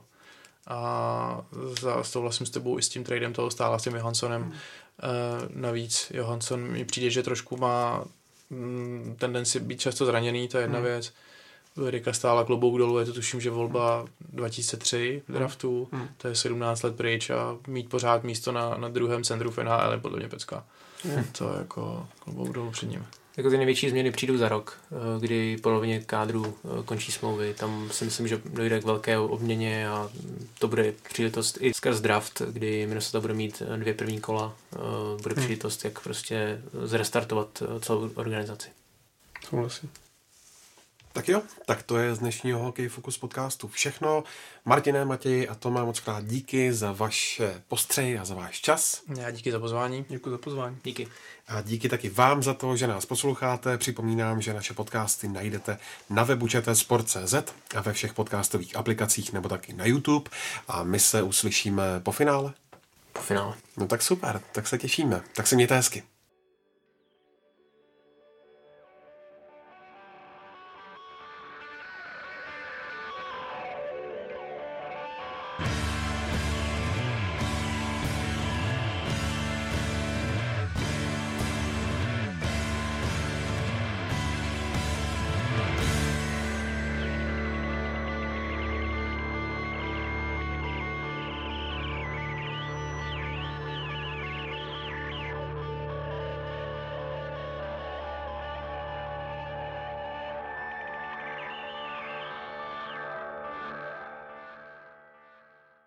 A za, souhlasím s tebou i s tím tradem toho Stála, s tím Johanssonem. Hmm. E, navíc Johansson mi přijde, že trošku má m, tendenci být často zraněný, to je jedna hmm. věc. Erika Stála klobouk dolů, je to tuším, že volba dva tisíce tři v draftu, hmm. to je sedmnáct let pryč a mít pořád místo na, na druhém centru v N H L je podle mě pecka. Hmm. To je jako klobouk dolů před ním. Jako ty největší změny přijdou za rok, kdy polovině kádru končí smlouvy. Tam si myslím, že dojde k velké obměně a to bude příležitost i skrz draft, kdy Minnesota bude mít dvě první kola. Bude příležitost, jak prostě zrestartovat celou organizaci. Souhlasím. Tak jo, tak to je z dnešního Hokej Focus podcastu všechno. Martine, Matěji a Tome, moc krát díky za vaše postřehy a za váš čas. Já díky za pozvání. Děkuji za pozvání. Díky. A díky taky vám za to, že nás posloucháte. Připomínám, že naše podcasty najdete na webu č t sport tečka c z a ve všech podcastových aplikacích nebo taky na YouTube. A my se uslyšíme po finále. Po finále. No tak super, tak se těšíme. Tak se mějte hezky.